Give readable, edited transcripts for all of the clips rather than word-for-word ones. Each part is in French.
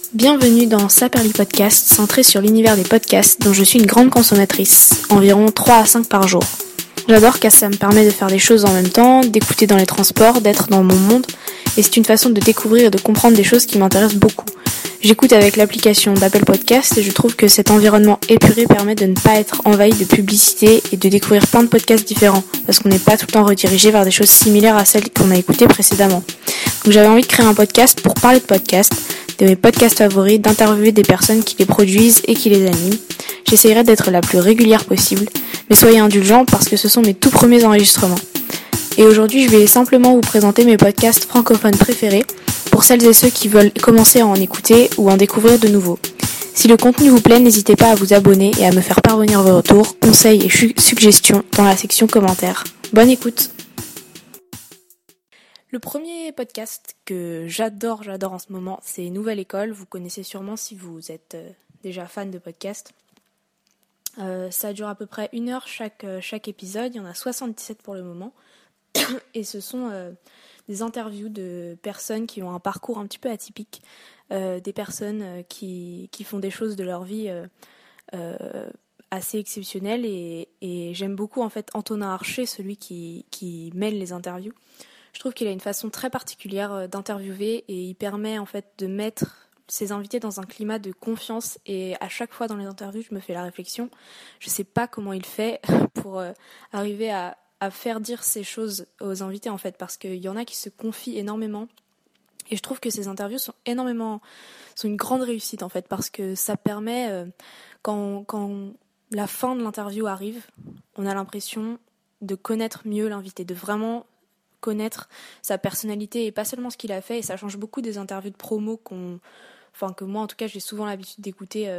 Bienvenue dans Saperly Podcast, centré sur l'univers des podcasts dont je suis une grande consommatrice, environ 3 à 5 par jour. J'adore car ça me permet de faire des choses en même temps, d'écouter dans les transports, d'être dans mon monde, et c'est une façon de découvrir et de comprendre des choses qui m'intéressent beaucoup. J'écoute avec l'application d'Apple Podcast et je trouve que cet environnement épuré permet de ne pas être envahi de publicité et de découvrir plein de podcasts différents, parce qu'on n'est pas tout le temps redirigé vers des choses similaires à celles qu'on a écoutées précédemment. Donc j'avais envie de créer un podcast pour parler de podcasts, de mes podcasts favoris, d'interviewer des personnes qui les produisent et qui les animent. J'essaierai d'être la plus régulière possible, mais soyez indulgents parce que ce sont mes tout premiers enregistrements. Et aujourd'hui, je vais simplement vous présenter mes podcasts francophones préférés pour celles et ceux qui veulent commencer à en écouter ou en découvrir de nouveaux. Si le contenu vous plaît, n'hésitez pas à vous abonner et à me faire parvenir vos retours, conseils et suggestions dans la section commentaires. Bonne écoute! Le premier podcast que j'adore en ce moment, c'est Nouvelle École. Vous connaissez sûrement si vous êtes déjà fan de podcast. Ça dure à peu près 1 heure chaque épisode. Il y en a 77 pour le moment. Et ce sont des interviews de personnes qui ont un parcours un petit peu atypique. Des personnes qui font des choses de leur vie assez exceptionnelles. Et j'aime beaucoup en fait Antonin Archer, celui qui mène les interviews. Je trouve qu'il a une façon très particulière d'interviewer et il permet en fait de mettre ses invités dans un climat de confiance, et à chaque fois dans les interviews je me fais la réflexion, je sais pas comment il fait pour arriver à faire dire ces choses aux invités en fait, parce qu'il y en a qui se confient énormément et je trouve que ces interviews sont une grande réussite en fait, parce que ça permet quand la fin de l'interview arrive, on a l'impression de connaître mieux l'invité, de vraiment connaître sa personnalité et pas seulement ce qu'il a fait, et ça change beaucoup des interviews de promo que moi en tout cas j'ai souvent l'habitude d'écouter.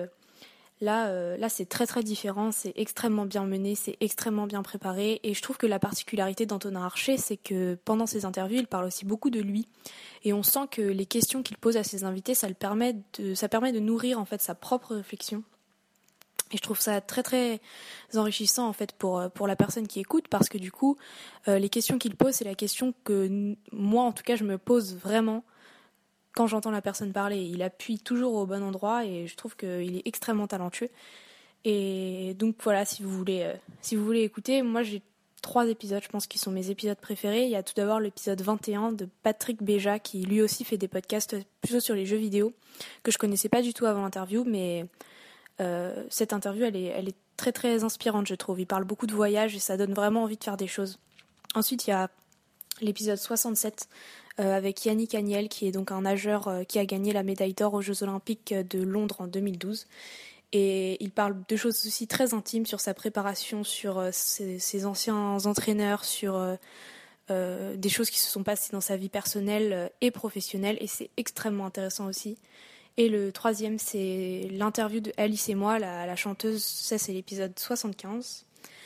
Là c'est très très différent, c'est extrêmement bien mené, c'est extrêmement bien préparé, et je trouve que la particularité d'Antonin Archer, c'est que pendant ses interviews il parle aussi beaucoup de lui, et on sent que les questions qu'il pose à ses invités, ça permet de nourrir en fait sa propre réflexion. Et je trouve ça très très enrichissant en fait pour la personne qui écoute, parce que du coup les questions qu'il pose, c'est la question que moi en tout cas je me pose vraiment quand j'entends la personne parler. Il appuie toujours au bon endroit et je trouve qu'il est extrêmement talentueux. Et donc voilà, si vous voulez écouter, moi j'ai 3 épisodes, je pense, qui sont mes épisodes préférés. Il y a tout d'abord l'épisode 21 de Patrick Béja, qui lui aussi fait des podcasts plutôt sur les jeux vidéo, que je connaissais pas du tout avant l'interview, mais cette interview elle est très très inspirante, je trouve. Il parle beaucoup de voyages et ça donne vraiment envie de faire des choses. Ensuite il y a l'épisode 67 avec Yannick Agnel, qui est donc un nageur qui a gagné la médaille d'or aux Jeux Olympiques de Londres en 2012. Et il parle de choses aussi très intimes sur sa préparation, sur ses anciens entraîneurs, sur des choses qui se sont passées dans sa vie personnelle et professionnelle, et c'est extrêmement intéressant aussi. Et le 3e, c'est l'interview de Alice et moi, la chanteuse. Ça, c'est l'épisode 75.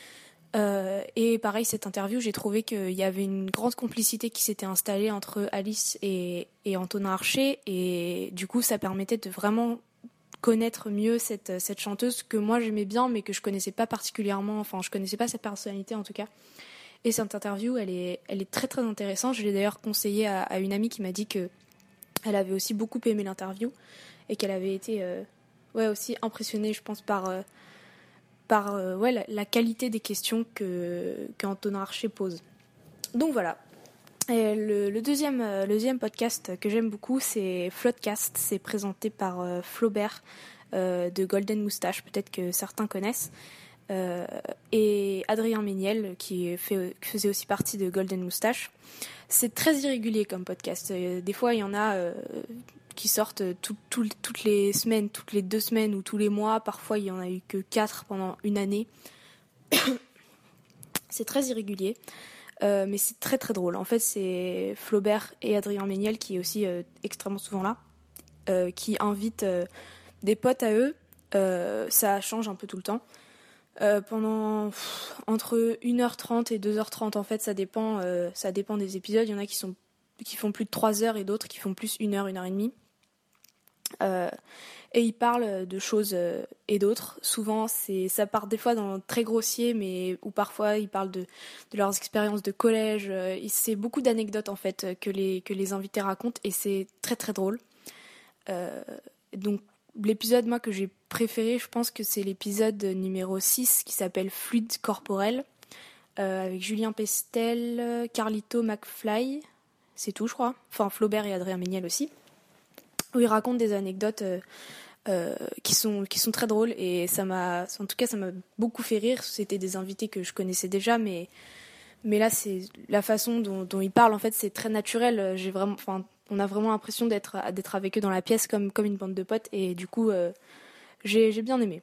Et pareil, cette interview, j'ai trouvé qu'il y avait une grande complicité qui s'était installée entre Alice et Antonin Archer. Et du coup, ça permettait de vraiment connaître mieux cette chanteuse que moi j'aimais bien, mais que je connaissais pas particulièrement. Enfin, je connaissais pas sa personnalité en tout cas. Et cette interview, elle est très très intéressante. Je l'ai d'ailleurs conseillée à une amie qui m'a dit que elle avait aussi beaucoup aimé l'interview et qu'elle avait été aussi impressionnée, je pense, par la qualité des questions qu'Antonin Archer pose. Donc voilà. Et le deuxième podcast que j'aime beaucoup, c'est Floodcast. C'est présenté par Flaubert de Golden Moustache, peut-être que certains connaissent. Et Adrien Méniel, qui faisait aussi partie de Golden Moustache. C'est très irrégulier comme podcast. Des fois, il y en a qui sortent toutes les semaines, toutes les 2 semaines ou tous les mois. Parfois, il y en a eu que 4 pendant une année. C'est très irrégulier, mais c'est très très drôle. En fait, c'est Flaubert et Adrien Méniel, qui est aussi extrêmement souvent là, qui invitent des potes à eux. Ça change un peu tout le temps. Entre 1h30 et 2h30, en fait, ça dépend des épisodes. Il y en a qui font plus de 3 heures et d'autres qui font plus 1 heure, 1 heure et demie. Et ils parlent de choses et d'autres. Souvent, ça part des fois dans très grossier, ou parfois ils parlent de leurs expériences de collège. C'est beaucoup d'anecdotes en fait que les invités racontent, et c'est très très drôle. Donc l'épisode moi que j'ai préféré, je pense que c'est l'épisode numéro 6 qui s'appelle Fluide corporel, avec Julien Pestel, Carlito McFly, c'est tout je crois, enfin Flaubert et Adrien Méniel aussi, où il raconte des anecdotes qui sont très drôles, et ça m'a beaucoup fait rire. C'était des invités que je connaissais déjà, mais là c'est la façon dont ils parlent, en fait c'est très naturel. On a vraiment l'impression d'être avec eux dans la pièce comme une bande de potes, et du coup j'ai bien aimé.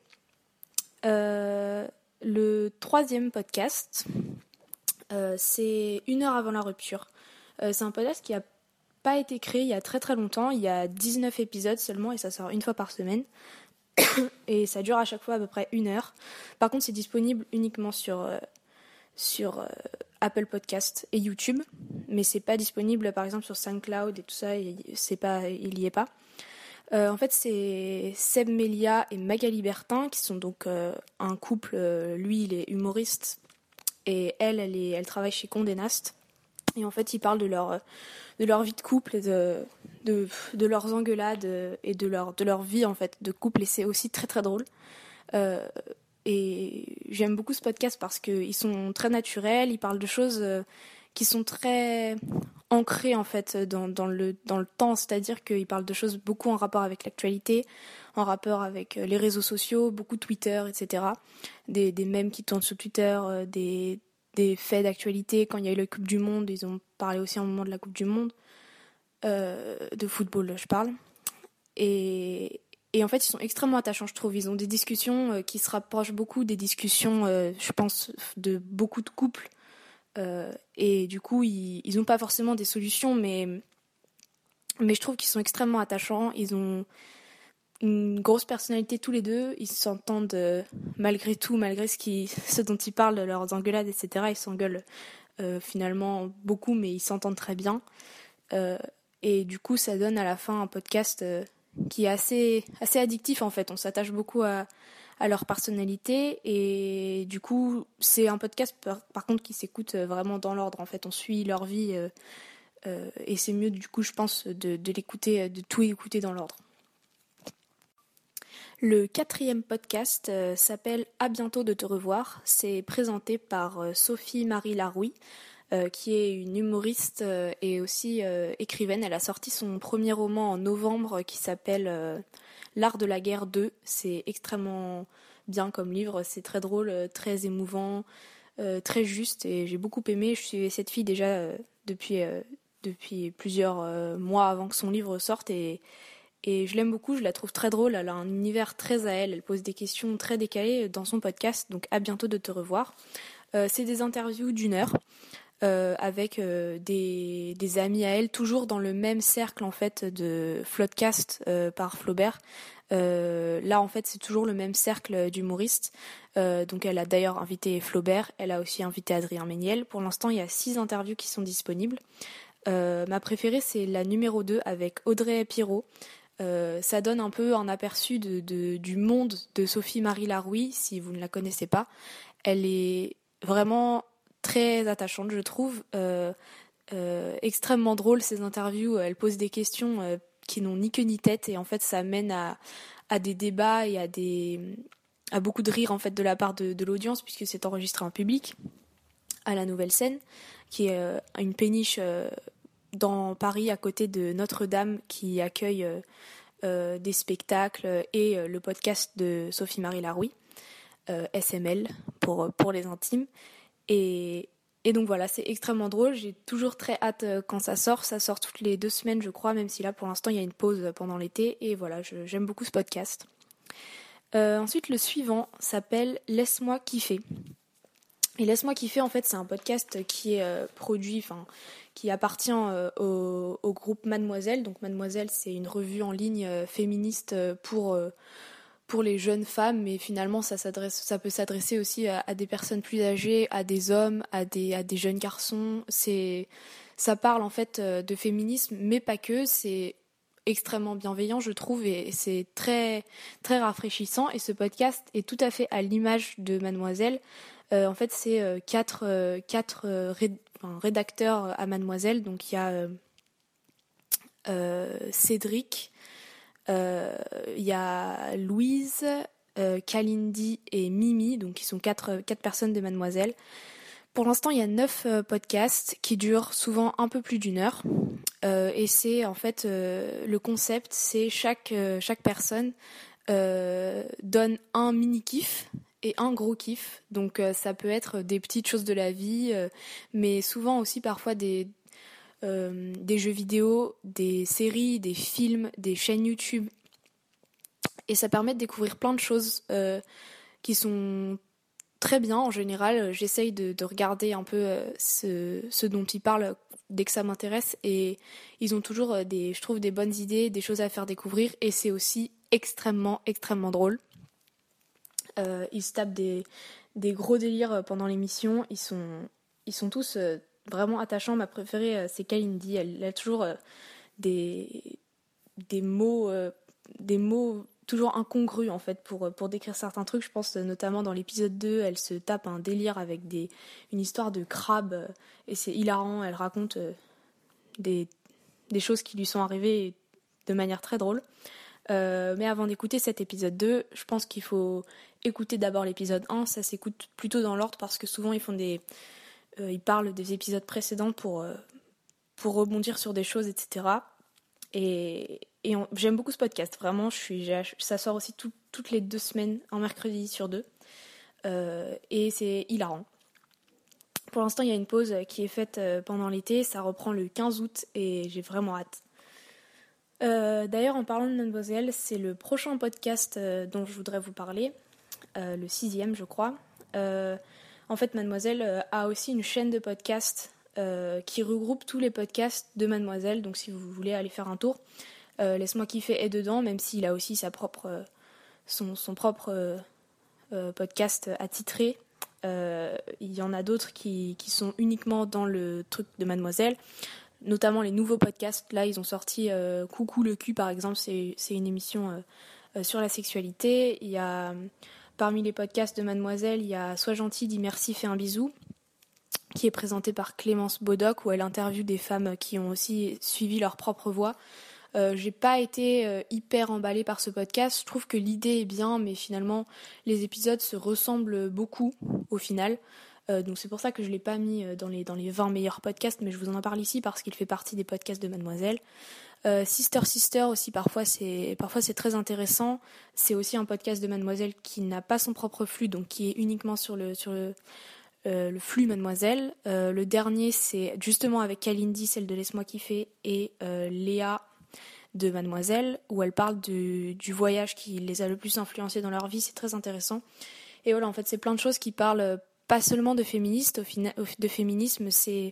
Le troisième podcast, c'est 1 heure avant la rupture. C'est un podcast qui a pas été créé il y a très très longtemps. Il y a 19 épisodes seulement, et ça sort une fois par semaine. Et ça dure à chaque fois à peu près 1 heure. Par contre, c'est disponible uniquement sur Apple Podcast et YouTube, mais c'est pas disponible par exemple sur SoundCloud et tout ça, il y est pas. En fait, c'est Seb Melia et Magali Bertin qui sont donc un couple. Lui, il est humoriste, et elle travaille chez Condé Nast. Et en fait, ils parlent de leur vie de couple, et de leurs engueulades et de leur vie en fait de couple, et c'est aussi très très drôle. Et j'aime beaucoup ce podcast parce qu'ils sont très naturels, ils parlent de choses qui sont très ancrées en fait dans le temps, c'est-à-dire qu'ils parlent de choses beaucoup en rapport avec l'actualité, en rapport avec les réseaux sociaux, beaucoup Twitter, etc. Des mèmes qui tournent sur Twitter, des faits d'actualité. Quand il y a eu la Coupe du Monde, ils ont parlé aussi un moment de la Coupe du Monde, de football je parle. Et en fait, ils sont extrêmement attachants, je trouve. Ils ont des discussions qui se rapprochent beaucoup des discussions, je pense, de beaucoup de couples. Et du coup, ils n'ont pas forcément des solutions, mais je trouve qu'ils sont extrêmement attachants. Ils ont une grosse personnalité tous les deux. Ils s'entendent malgré tout, malgré ce dont ils parlent, leurs engueulades, etc. Ils s'engueulent finalement beaucoup, mais ils s'entendent très bien. Et du coup, ça donne à la fin un podcast qui est assez addictif en fait. On s'attache beaucoup à leur personnalité, et du coup c'est un podcast par contre qui s'écoute vraiment dans l'ordre en fait. On suit leur vie et c'est mieux du coup je pense de l'écouter, de tout écouter dans l'ordre. Le 4e podcast s'appelle À bientôt de te revoir. C'est présenté par Sophie-Marie Larouille, qui est une humoriste et aussi écrivaine. Elle a sorti son premier roman en novembre qui s'appelle L'art de la guerre 2. C'est extrêmement bien comme livre, c'est très drôle, très émouvant, très juste, et j'ai beaucoup aimé. Je suivais cette fille déjà depuis plusieurs mois avant que son livre sorte, et je l'aime beaucoup, je la trouve très drôle. Elle a un univers très à elle pose des questions très décalées dans son podcast, donc à bientôt de te revoir. C'est des interviews d'1 heure. Avec des amis à elle, toujours dans le même cercle en fait de Floodcast par Flaubert. Là en fait c'est toujours le même cercle d'humoristes. Donc elle a d'ailleurs invité Flaubert, elle a aussi invité Adrien Méniel. Pour l'instant il y a 6 interviews qui sont disponibles. Ma préférée c'est la numéro 2 avec Audrey Pirot. Ça donne un peu un aperçu du monde de Sophie-Marie Larouille, si vous ne la connaissez pas. Elle est vraiment très attachante, je trouve, extrêmement drôle ces interviews. Elle pose des questions qui n'ont ni queue ni tête, et en fait ça mène à des débats et à beaucoup de rire en fait de la part de l'audience, puisque c'est enregistré en public à la Nouvelle Scène, qui est une péniche dans Paris à côté de Notre-Dame, qui accueille des spectacles et le podcast de Sophie-Marie Larouille, SML pour les intimes. Et donc voilà, c'est extrêmement drôle. J'ai toujours très hâte quand ça sort. Ça sort toutes les 2 semaines, je crois, même si là, pour l'instant, il y a une pause pendant l'été. Et voilà, j'aime beaucoup ce podcast. Ensuite, le suivant s'appelle Laisse-moi kiffer. Et Laisse-moi kiffer, en fait, c'est un podcast qui est produit, qui appartient au groupe Mademoiselle. Donc Mademoiselle, c'est une revue en ligne féministe pour les jeunes femmes, mais finalement ça peut s'adresser aussi à des personnes plus âgées, à des hommes, à des jeunes garçons. Ça parle en fait de féminisme, mais pas que. C'est extrêmement bienveillant, je trouve, et c'est très très rafraîchissant. Et ce podcast est tout à fait à l'image de Mademoiselle. En fait, c'est quatre rédacteurs à Mademoiselle. Donc il y a Cédric, Il y a Louise, Kalindi et Mimi, donc qui sont quatre personnes de Mademoiselle. Pour l'instant, il y a 9 podcasts qui durent souvent un peu plus d'une heure. Et c'est en fait le concept, c'est chaque personne donne un mini kiff et un gros kiff. Donc ça peut être des petites choses de la vie, mais souvent aussi parfois des jeux vidéo, des séries, des films, des chaînes YouTube. Et ça permet de découvrir plein de choses qui sont très bien. En général, j'essaye de regarder un peu ce dont ils parlent dès que ça m'intéresse. Et ils ont toujours, je trouve, des bonnes idées, des choses à faire découvrir. Et c'est aussi extrêmement, extrêmement drôle. Ils se tapent des gros délires pendant l'émission. Ils sont tous vraiment attachants. Ma préférée, c'est Kalindi. Elle a toujours des mots toujours incongrus en fait pour décrire certains trucs. Je pense notamment dans l'épisode 2, elle se tape un délire avec une histoire de crabe et c'est hilarant. Elle raconte des choses qui lui sont arrivées de manière très drôle. Mais avant d'écouter cet épisode 2, je pense qu'il faut écouter d'abord l'épisode 1. Ça s'écoute plutôt dans l'ordre parce que souvent ils parlent des épisodes précédents pour rebondir sur des choses, etc. J'aime beaucoup ce podcast, vraiment. Ça sort aussi toutes les 2 semaines, un mercredi sur 2. Et c'est hilarant. Pour l'instant, il y a une pause qui est faite pendant l'été. Ça reprend le 15 août et j'ai vraiment hâte. D'ailleurs, en parlant de Mademoiselle, c'est le prochain podcast dont je voudrais vous parler. Le 6e, je crois. En fait, Mademoiselle a aussi une chaîne de podcasts qui regroupe tous les podcasts de Mademoiselle. Donc si vous voulez aller faire un tour, Laisse-moi kiffer est dedans, même s'il a aussi son propre podcast attitré. Il y en a d'autres qui sont uniquement dans le truc de Mademoiselle, notamment les nouveaux podcasts. Là, ils ont sorti Coucou le cul, par exemple. C'est une émission sur la sexualité. Il y a, parmi les podcasts de Mademoiselle, il y a Sois gentil, dis merci, fais un bisou, qui est présenté par Clémence Bodoc, où elle interviewe des femmes qui ont aussi suivi leur propre voie. J'ai pas été hyper emballée par ce podcast. Je trouve que l'idée est bien, mais finalement les épisodes se ressemblent beaucoup au final. Donc c'est pour ça que je l'ai pas mis dans les 20 meilleurs podcasts, mais je vous en parle ici parce qu'il fait partie des podcasts de Mademoiselle. Sister aussi, parfois c'est très intéressant. C'est aussi un podcast de Mademoiselle qui n'a pas son propre flux, donc qui est uniquement sur le flux Mademoiselle. Le dernier, c'est justement avec Kalindi, celle de Laisse-moi kiffer, et Léa de Mademoiselle, où elle parle du voyage qui les a le plus influencés dans leur vie. C'est très intéressant. Et voilà, en fait, c'est plein de choses qui parlent pas seulement de de féminisme,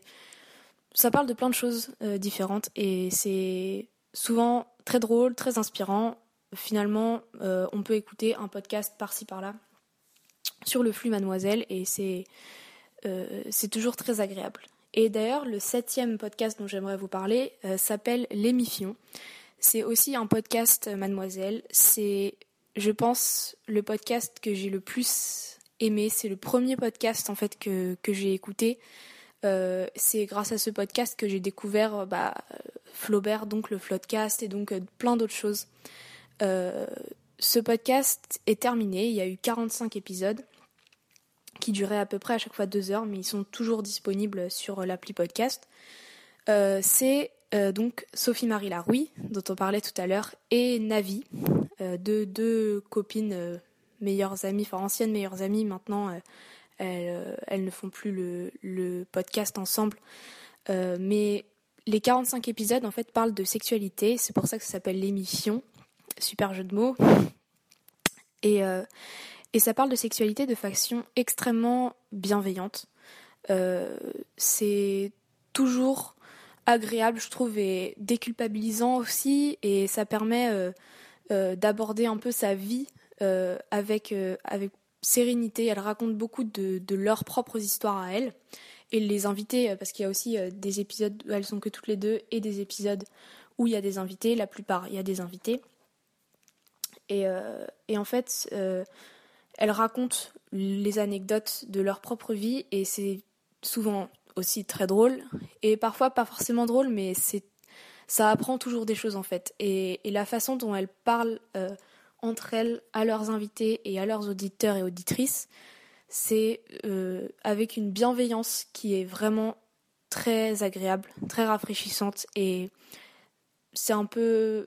ça parle de plein de choses différentes, et c'est souvent très drôle, très inspirant. Finalement, on peut écouter un podcast par-ci par-là sur le flux Mademoiselle, et c'est toujours très agréable. Et d'ailleurs, le 7e podcast dont j'aimerais vous parler s'appelle L'émission. C'est aussi un podcast Mademoiselle. C'est, je pense, le podcast que j'ai le plus aimé. C'est le premier podcast en fait que j'ai écouté. C'est grâce à ce podcast que j'ai découvert Flaubert, donc le Floodcast, et donc plein d'autres choses. Ce podcast est terminé. Il y a eu 45 épisodes qui duraient à peu près à chaque fois 2 heures, mais ils sont toujours disponibles sur l'appli podcast. C'est donc Sophie-Marie Larouille, dont on parlait tout à l'heure, et Navi, deux copines meilleures amies, enfin anciennes meilleures amies. Maintenant, elles ne font plus le podcast ensemble. Mais les 45 épisodes, en fait, parlent de sexualité. C'est pour ça que ça s'appelle l'émission. Super jeu de mots. Et ça parle de sexualité de façon extrêmement bienveillante. C'est toujours agréable, je trouve, et déculpabilisant aussi, et ça permet d'aborder un peu sa vie avec sérénité. Elle raconte beaucoup de leurs propres histoires à elle, et les invités, parce qu'il y a aussi des épisodes où elles sont que toutes les deux, et des épisodes où il y a des invités. La plupart, il y a des invités, et en fait elles racontent les anecdotes de leur propre vie, et c'est souvent aussi très drôle, et parfois pas forcément drôle, mais ça apprend toujours des choses en fait. Et la façon dont elles parlent entre elles, à leurs invités et à leurs auditeurs et auditrices, c'est avec une bienveillance qui est vraiment très agréable, très rafraîchissante. Et c'est un peu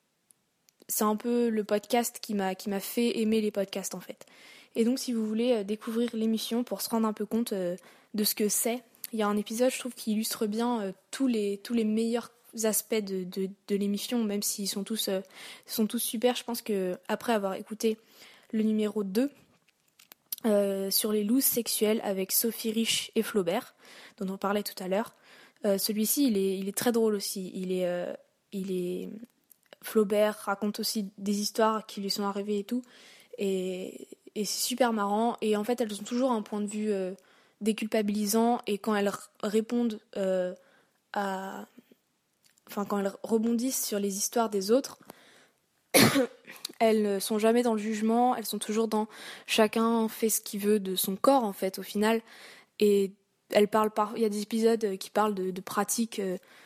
le podcast qui m'a fait aimer les podcasts en fait. Et donc si vous voulez découvrir l'émission pour se rendre un peu compte de ce que c'est, il y a un épisode je trouve qui illustre bien tous les meilleurs aspects de l'émission, même s'ils sont tous super. Je pense que après avoir écouté le numéro 2 sur les looses sexuelles avec Sophie Rich et Flaubert, dont on parlait tout à l'heure, celui-ci il est très drôle aussi. Il est Flaubert raconte aussi des histoires qui lui sont arrivées et tout, et c'est super marrant. Et en fait, elles ont toujours un point de vue déculpabilisant, et quand elles répondent quand elles rebondissent sur les histoires des autres, elles ne sont jamais dans le jugement, elles sont toujours dans chacun fait ce qu'il veut de son corps en fait au final. Et elles parlent il y a des épisodes qui parlent de pratiques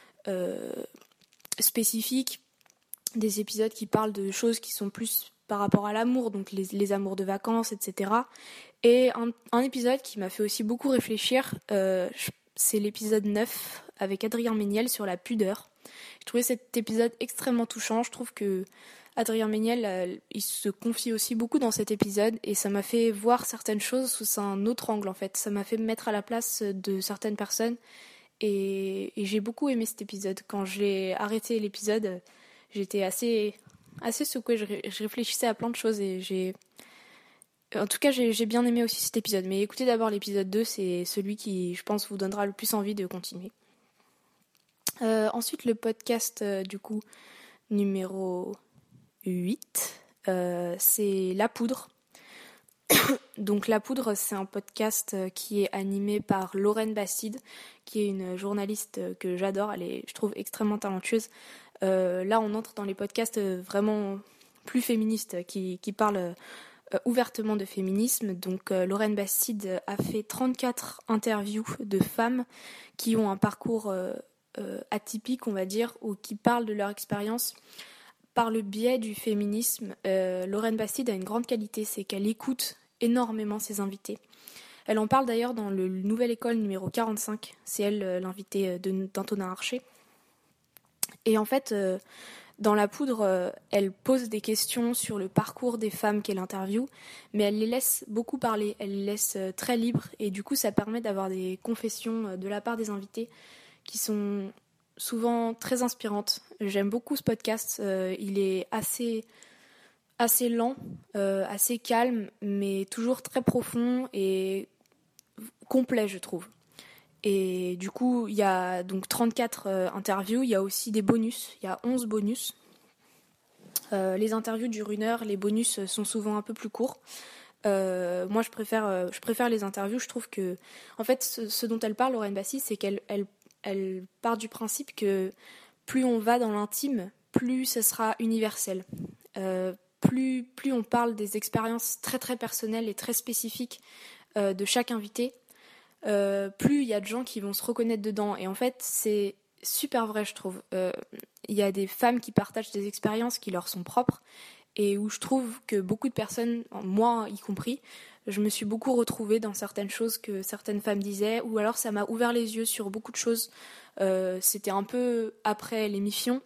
spécifiques, des épisodes qui parlent de choses qui sont plus par rapport à l'amour, donc les amours de vacances, etc. Et un épisode qui m'a fait aussi beaucoup réfléchir, c'est l'épisode 9 avec Adrien Méniel sur la pudeur. Je trouvais cet épisode extrêmement touchant. Je trouve que Adrien Méniel, il se confie aussi beaucoup dans cet épisode, et ça m'a fait voir certaines choses sous un autre angle en fait. Ça m'a fait me mettre à la place de certaines personnes, et j'ai beaucoup aimé cet épisode. Quand j'ai arrêté l'épisode, j'étais assez secouée. Je réfléchissais à plein de choses, et en tout cas, j'ai bien aimé aussi cet épisode. Mais écoutez d'abord l'épisode 2, c'est celui qui, je pense, vous donnera le plus envie de continuer. Ensuite, le podcast, du coup, numéro 8, c'est La Poudre. Donc La Poudre, c'est un podcast qui est animé par Lorraine Bastide, qui est une journaliste que j'adore. Elle est, je trouve, extrêmement talentueuse. Là, on entre dans les podcasts vraiment plus féministes, qui parlent ouvertement de féminisme. Donc Lorraine Bastide a fait 34 interviews de femmes qui ont un parcours atypique, on va dire, ou qui parlent de leur expérience par le biais du féminisme. Lorraine Bastide a une grande qualité, c'est qu'elle écoute énormément ses invités. Elle en parle d'ailleurs dans le Nouvelle École numéro 45, c'est elle l'invitée d'Antonin Archer. Et en fait, dans La Poudre, elle pose des questions sur le parcours des femmes qu'elle interviewe, mais elle les laisse beaucoup parler, elle les laisse très libres, et du coup ça permet d'avoir des confessions de la part des invités qui sont souvent très inspirantes. J'aime beaucoup ce podcast, il est assez lent, assez calme, mais toujours très profond et complet, je trouve. Et du coup, il y a donc 34 interviews, il y a aussi des bonus, il y a 11 bonus. Les interviews durent 1 heure, les bonus sont souvent un peu plus courts. Moi, je préfère les interviews. Je trouve que, en fait, ce dont elle parle, Lorraine Bastide, c'est qu'elle part du principe que plus on va dans l'intime, plus ce sera universel. Plus on parle des expériences très très personnelles et très spécifiques de chaque invité, plus il y a de gens qui vont se reconnaître dedans. Et en fait, c'est super vrai, je trouve. Il y a des femmes qui partagent des expériences qui leur sont propres, et où je trouve que beaucoup de personnes, moi y compris, je me suis beaucoup retrouvée dans certaines choses que certaines femmes disaient, ou alors ça m'a ouvert les yeux sur beaucoup de choses. C'était un peu après l'émission,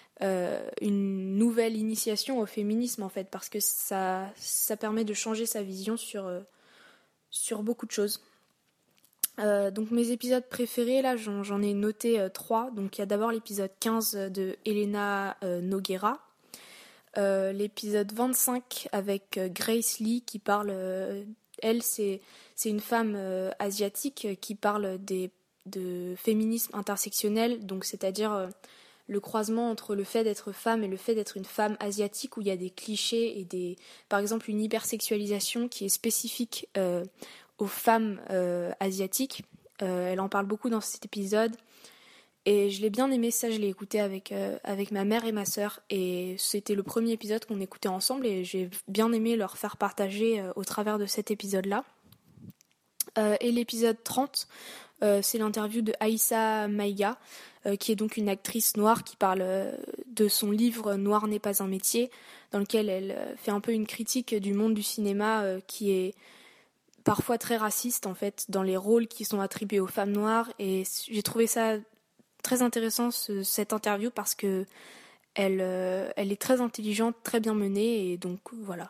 une nouvelle initiation au féminisme en fait, parce que ça permet de changer sa vision sur beaucoup de choses. Donc mes épisodes préférés, là j'en ai noté 3. Donc il y a d'abord l'épisode 15 de Elena Noguera, l'épisode 25 avec Grace Lee qui parle, elle c'est une femme asiatique qui parle de féminisme intersectionnel, donc c'est-à-dire le croisement entre le fait d'être femme et le fait d'être une femme asiatique, où il y a des clichés et par exemple une hypersexualisation qui est spécifique aux femmes asiatiques. Elle en parle beaucoup dans cet épisode, et je l'ai bien aimé. Ça, je l'ai écouté avec ma mère et ma sœur, et c'était le premier épisode qu'on écoutait ensemble, et j'ai bien aimé leur faire partager au travers de cet épisode-là. Et l'épisode 30 C'est l'interview de Aïssa Maïga, qui est donc une actrice noire qui parle de son livre Noir n'est pas un métier, dans lequel elle fait un peu une critique du monde du cinéma qui est parfois très raciste en fait dans les rôles qui sont attribués aux femmes noires, et j'ai trouvé ça très intéressant cette interview parce que elle est très intelligente, très bien menée, et donc voilà.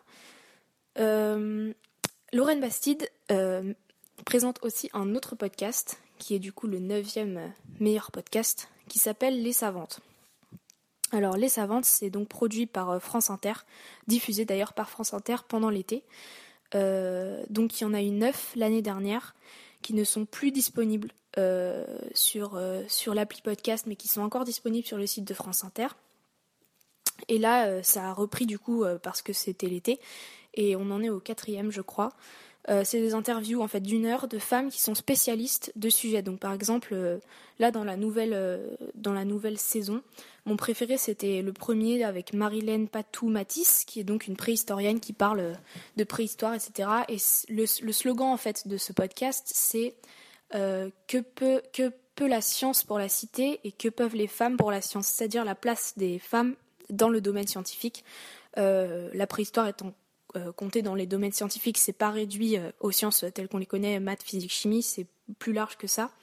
Lorraine Bastide présente aussi un autre podcast qui est du coup le 9e meilleur podcast, qui s'appelle Les Savantes. Alors Les Savantes, c'est donc produit par France Inter, diffusé d'ailleurs par France Inter pendant l'été. Donc il y en a eu 9 l'année dernière qui ne sont plus disponibles sur l'appli podcast, mais qui sont encore disponibles sur le site de France Inter. Et là, ça a repris du coup parce que c'était l'été, et on en est au 4e, je crois. C'est des interviews en fait d'1 heure de femmes qui sont spécialistes de sujets. Donc par exemple, là dans la nouvelle saison, mon préféré c'était le premier avec Marilène Patou-Matisse, qui est donc une préhistorienne qui parle de préhistoire, etc. Et le slogan en fait de ce podcast, c'est que peut la science pour la cité et que peuvent les femmes pour la science, c'est-à-dire la place des femmes dans le domaine scientifique. La préhistoire étant comptée dans les domaines scientifiques, c'est pas réduit aux sciences telles qu'on les connaît, maths, physique, chimie, c'est plus large que ça.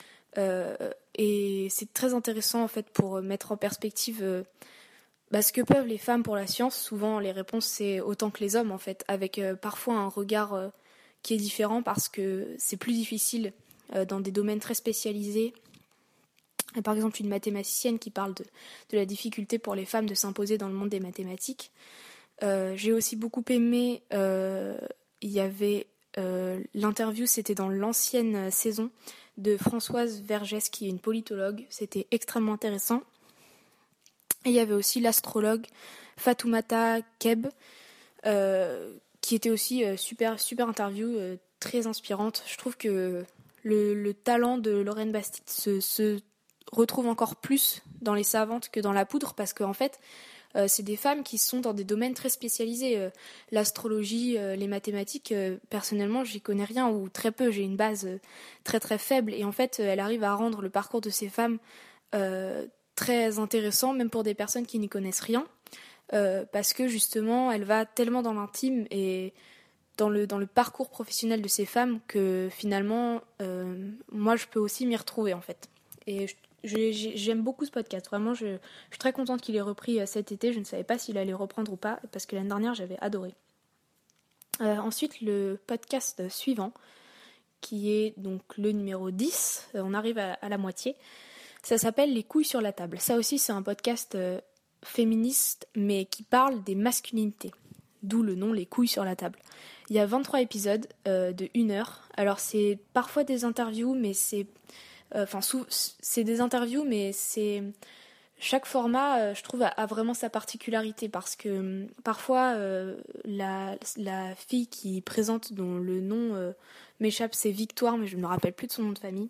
Et c'est très intéressant en fait pour mettre en perspective ce que peuvent les femmes pour la science. Souvent les réponses c'est autant que les hommes en fait, avec parfois un regard qui est différent parce que c'est plus difficile dans des domaines très spécialisés. Et par exemple une mathématicienne qui parle de la difficulté pour les femmes de s'imposer dans le monde des mathématiques. J'ai aussi beaucoup aimé, il y avait l'interview, c'était dans l'ancienne saison, de Françoise Vergès, qui est une politologue. C'était extrêmement intéressant. Et il y avait aussi l'astrologue Fatoumata Keb, qui était aussi super interview, très inspirante. Je trouve que le talent de Lorraine Bastide se retrouve encore plus dans Les Savantes que dans La Poudre, parce qu'en fait, c'est des femmes qui sont dans des domaines très spécialisés. L'astrologie, les mathématiques, personnellement, j'y connais rien ou très peu. J'ai une base très très faible. Et en fait, elle arrive à rendre le parcours de ces femmes très intéressant, même pour des personnes qui n'y connaissent rien. Parce que justement, elle va tellement dans l'intime et dans le parcours professionnel de ces femmes que finalement, moi, je peux aussi m'y retrouver en fait. Et j'aime beaucoup ce podcast. Vraiment, je suis très contente qu'il ait repris cet été. Je ne savais pas s'il allait reprendre ou pas, parce que l'année dernière, j'avais adoré. Ensuite, le podcast suivant, qui est donc le numéro 10, on arrive à la moitié. Ça s'appelle Les couilles sur la table. Ça aussi, c'est un podcast féministe, mais qui parle des masculinités. D'où le nom Les couilles sur la table. Il y a 23 épisodes de 1 heure. Alors, c'est parfois des interviews, mais c'est... c'est des interviews, mais c'est... Chaque format, je trouve, a vraiment sa particularité, parce que parfois, la fille qui présente, dont le nom m'échappe, c'est Victoire, mais je ne me rappelle plus de son nom de famille.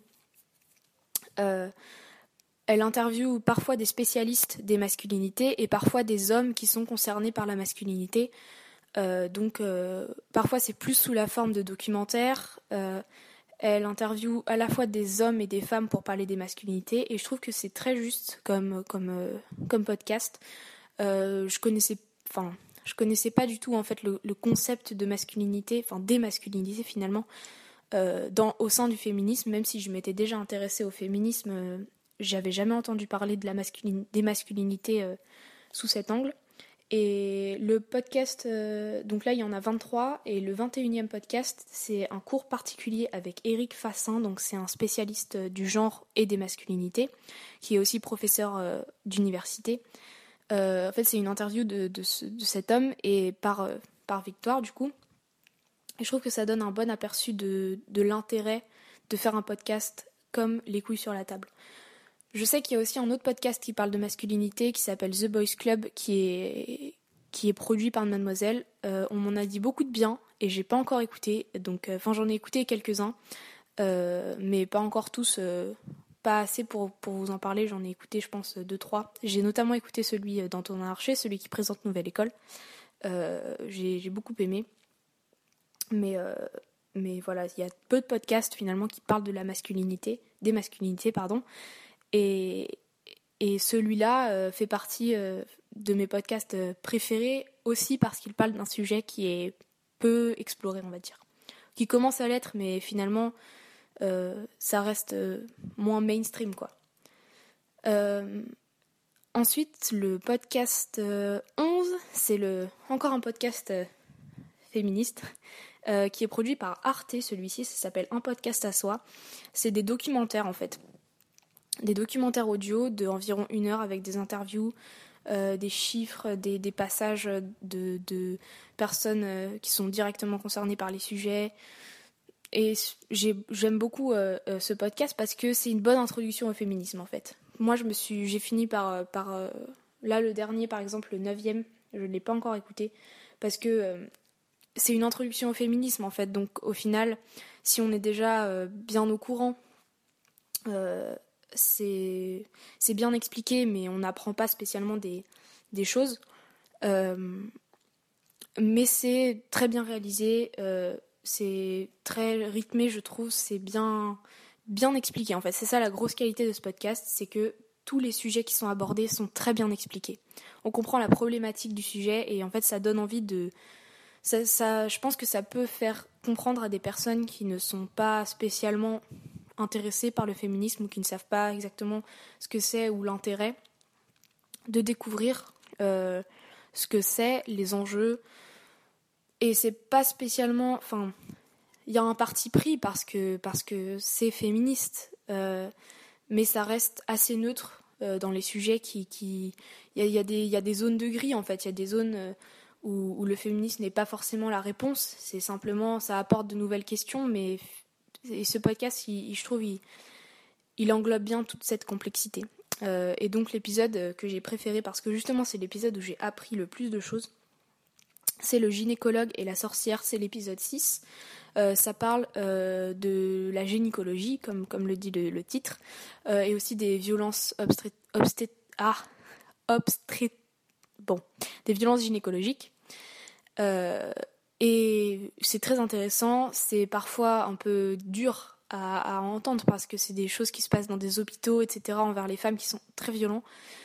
Elle interviewe parfois des spécialistes des masculinités et parfois des hommes qui sont concernés par la masculinité. Donc parfois c'est plus sous la forme de documentaire. Elle interviewe à la fois des hommes et des femmes pour parler des masculinités, et je trouve que c'est très juste comme podcast. Je connaissais pas du tout en fait le concept de masculinité, enfin des masculinités finalement, au sein du féminisme, même si je m'étais déjà intéressée au féminisme. J'avais jamais entendu parler de des masculinités sous cet angle. Et le podcast, donc là il y en a 23, et le 21e podcast, c'est un cours particulier avec Éric Fassin, donc c'est un spécialiste du genre et des masculinités, qui est aussi professeur d'université. En fait, c'est une interview de cet homme et par Victoire, du coup. Et je trouve que ça donne un bon aperçu de l'intérêt de faire un podcast comme Les couilles sur la table. Je sais qu'il y a aussi un autre podcast qui parle de masculinité qui s'appelle The Boys Club, qui est produit par Mademoiselle. On m'en a dit beaucoup de bien et j'ai pas encore écouté. Donc, j'en ai écouté quelques-uns, mais pas encore tous, pas assez pour vous en parler. J'en ai écouté, je pense, 2-3. J'ai notamment écouté celui d'Antonin Archer, celui qui présente Nouvelle École. J'ai beaucoup aimé. Mais mais voilà, il y a peu de podcasts finalement qui parlent de des masculinités, pardon. Et celui-là fait partie de mes podcasts préférés aussi parce qu'il parle d'un sujet qui est peu exploré, on va dire. Qui commence à l'être, mais finalement, ça reste moins mainstream, quoi. Ensuite, le podcast 11, c'est encore un podcast féministe qui est produit par Arte, celui-ci, ça s'appelle Un podcast à soi. C'est des documentaires, en fait. Des documentaires audio d'environ 1 heure avec des interviews, des chiffres, des passages de personnes qui sont directement concernées par les sujets. Et j'aime beaucoup ce podcast parce que c'est une bonne introduction au féminisme, en fait. Moi, j'ai fini par là, le dernier, par exemple, le 9e, je ne l'ai pas encore écouté, parce que c'est une introduction au féminisme, en fait. Donc, au final, si on est déjà bien au courant, c'est bien expliqué, mais on n'apprend pas spécialement des choses. Mais c'est très bien réalisé, c'est très rythmé, je trouve, c'est bien expliqué. En fait, c'est ça la grosse qualité de ce podcast, c'est que tous les sujets qui sont abordés sont très bien expliqués. On comprend la problématique du sujet et en fait, ça donne envie de... je pense que ça peut faire comprendre à des personnes qui ne sont pas spécialement intéressées par le féminisme ou qui ne savent pas exactement ce que c'est ou l'intérêt, de découvrir ce que c'est, les enjeux. Et c'est pas spécialement... Enfin, il y a un parti pris parce que c'est féministe, mais ça reste assez neutre dans les sujets qui... Il y a des zones de gris, en fait. Il y a des zones où le féminisme n'est pas forcément la réponse. C'est simplement... Ça apporte de nouvelles questions, mais... Et ce podcast, je trouve, il englobe bien toute cette complexité. Et donc l'épisode que j'ai préféré, parce que justement c'est l'épisode où j'ai appris le plus de choses, c'est le gynécologue et la sorcière, c'est l'épisode 6. Ça parle de la gynécologie, comme le dit le titre, et aussi des violences des violences gynécologiques. Et c'est très intéressant, c'est parfois un peu dur à entendre parce que c'est des choses qui se passent dans des hôpitaux, etc., envers les femmes qui sont très violents.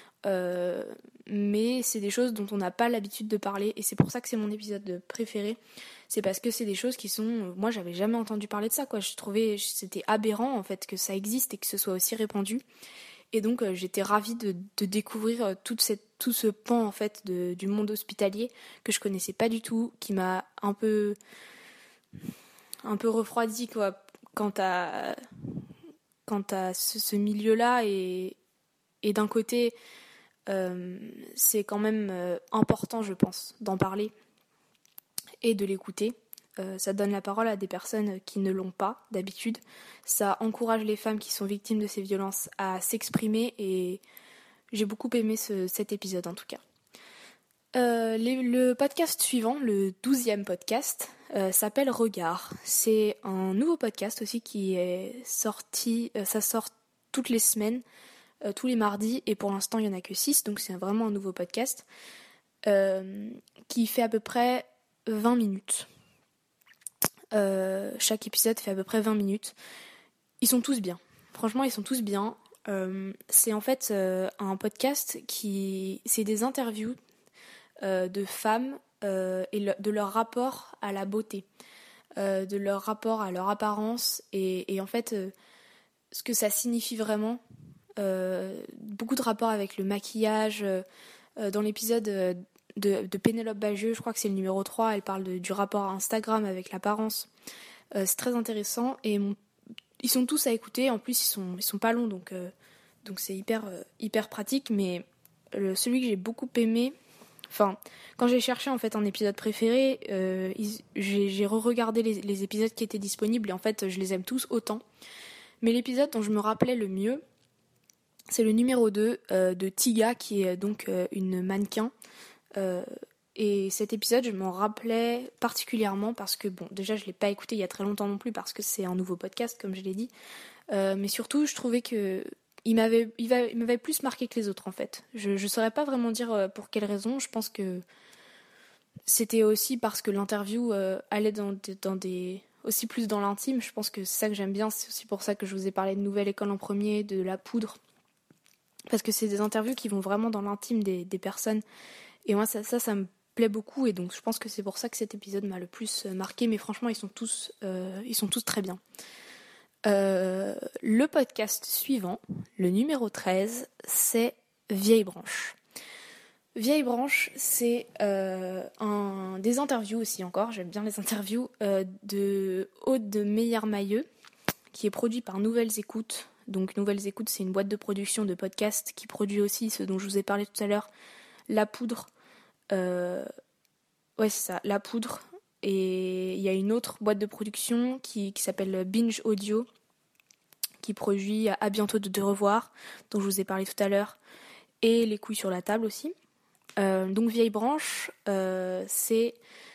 Mais c'est des choses dont on n'a pas l'habitude de parler et c'est pour ça que c'est mon épisode préféré. C'est parce que c'est des choses qui sont... Moi, j'avais jamais entendu parler de ça, quoi. Je trouvais c'était aberrant, en fait, que ça existe et que ce soit aussi répandu. Et donc, j'étais ravie de découvrir tout ce pan, en fait, du monde hospitalier que je connaissais pas du tout, qui m'a un peu refroidi, quoi, quant à ce milieu-là. Et d'un côté, c'est quand même important, je pense, d'en parler et de l'écouter. Ça donne la parole à des personnes qui ne l'ont pas d'habitude. Ça encourage les femmes qui sont victimes de ces violences à s'exprimer et j'ai beaucoup aimé cet épisode en tout cas. Le podcast suivant, le 12e podcast, s'appelle Regard. C'est un nouveau podcast aussi qui est sorti, ça sort toutes les semaines, tous les mardis, et pour l'instant il n'y en a que 6, donc c'est vraiment un nouveau podcast qui fait à peu près 20 minutes. Chaque épisode fait à peu près 20 minutes. Ils sont tous bien. Franchement, ils sont tous bien. C'est en fait un podcast c'est des interviews de femmes et de leur rapport à la beauté, de leur rapport à leur apparence et en fait ce que ça signifie vraiment. Beaucoup de rapports avec le maquillage. Dans l'épisode de Pénélope Bagieux, je crois que c'est le numéro 3, elle parle du rapport à Instagram avec l'apparence. C'est très intéressant et ils sont tous à écouter. En plus, ils sont pas longs, donc c'est hyper pratique. Mais celui que j'ai beaucoup aimé, enfin, quand j'ai cherché en fait un épisode préféré, j'ai re-regardé les épisodes qui étaient disponibles et en fait, je les aime tous autant. Mais l'épisode dont je me rappelais le mieux, c'est le numéro 2 de Tiga, qui est donc une mannequin. Et cet épisode, je m'en rappelais particulièrement parce que, bon, déjà, je ne l'ai pas écouté il y a très longtemps non plus parce que c'est un nouveau podcast, comme je l'ai dit. Mais surtout, je trouvais que il m'avait plus marqué que les autres, en fait. Je ne saurais pas vraiment dire pour quelle raison. Je pense que c'était aussi parce que l'interview allait dans des aussi plus dans l'intime. Je pense que c'est ça que j'aime bien. C'est aussi pour ça que je vous ai parlé de Nouvelle École en premier, de La Poudre. Parce que c'est des interviews qui vont vraiment dans l'intime des personnes. Et moi, ça me plaît beaucoup. Et donc, je pense que c'est pour ça que cet épisode m'a le plus marqué. Mais franchement, ils sont tous très bien. Le podcast suivant, le numéro 13, c'est Vieille Branche. Vieille Branche, c'est des interviews aussi encore, j'aime bien les interviews, de Aude de Meyer-Mailleux, qui est produit par Nouvelles Écoutes. Donc Nouvelles Écoutes, c'est une boîte de production de podcasts qui produit aussi ce dont je vous ai parlé tout à l'heure, La Poudre. Ouais, c'est ça, La Poudre. Et il y a une autre boîte de production qui s'appelle Binge Audio, qui produit À bientôt de revoir, dont je vous ai parlé tout à l'heure, et Les couilles sur la table aussi. Donc Vieille Branche, c'est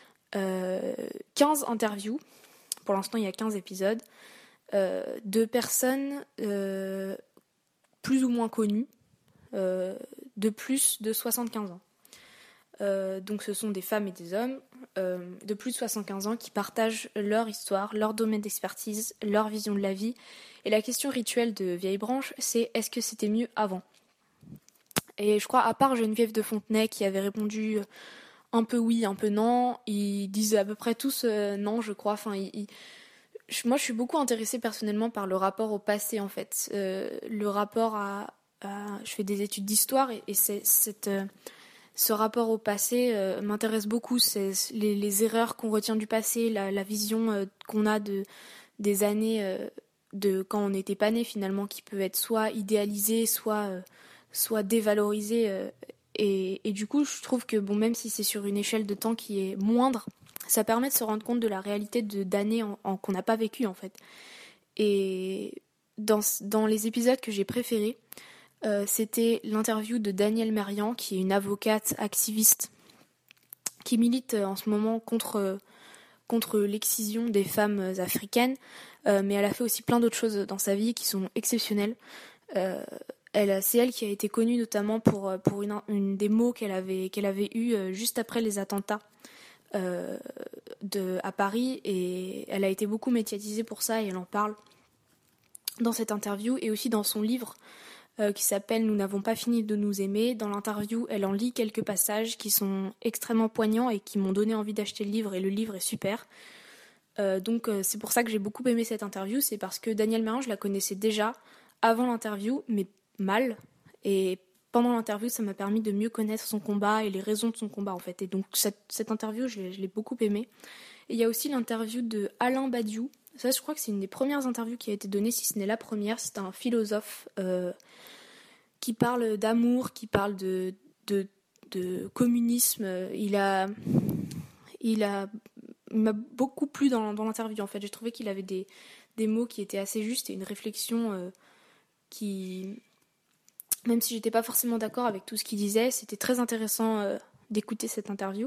15 interviews. Pour l'instant, il y a 15 épisodes de personnes plus ou moins connues, de plus de 75 ans. Donc ce sont des femmes et des hommes de plus de 75 ans qui partagent leur histoire, leur domaine d'expertise, leur vision de la vie. Et la question rituelle de Vieille Branche, c'est est-ce que c'était mieux avant ? Et je crois, à part Geneviève de Fontenay qui avait répondu un peu oui, un peu non, ils disent à peu près tous non, je crois. Enfin, moi, je suis beaucoup intéressée personnellement par le rapport au passé, en fait. Le rapport je fais des études d'histoire et ce rapport au passé m'intéresse beaucoup. C'est les erreurs qu'on retient du passé, la vision qu'on a des années de quand on n'était pas né, finalement, qui peut être soit idéalisée, soit dévalorisée. Et du coup, je trouve que même si c'est sur une échelle de temps qui est moindre, ça permet de se rendre compte de la réalité d'années qu'on n'a pas vécues, en fait. Et dans les épisodes que j'ai préférés, c'était l'interview de Danielle Merian, qui est une avocate activiste qui milite en ce moment contre l'excision des femmes africaines, mais elle a fait aussi plein d'autres choses dans sa vie qui sont exceptionnelles. C'est elle qui a été connue notamment pour une des mots qu'elle avait eue juste après les attentats à Paris, et elle a été beaucoup médiatisée pour ça, et elle en parle dans cette interview et aussi dans son livre qui s'appelle « Nous n'avons pas fini de nous aimer ». Dans l'interview, elle en lit quelques passages qui sont extrêmement poignants et qui m'ont donné envie d'acheter le livre, et le livre est super. Donc c'est pour ça que j'ai beaucoup aimé cette interview, c'est parce que Danielle Merian, je la connaissais déjà avant l'interview, mais mal, et pendant l'interview, ça m'a permis de mieux connaître son combat et les raisons de son combat, en fait. Et donc cette interview, je l'ai beaucoup aimée. Et il y a aussi l'interview de Alain Badiou. Ça, je crois que c'est une des premières interviews qui a été donnée, si ce n'est la première. C'est un philosophe qui parle d'amour, qui parle de communisme. Il m'a beaucoup plu dans l'interview, en fait. J'ai trouvé qu'il avait des mots qui étaient assez justes et une réflexion qui, même si j'étais pas forcément d'accord avec tout ce qu'il disait, c'était très intéressant d'écouter cette interview.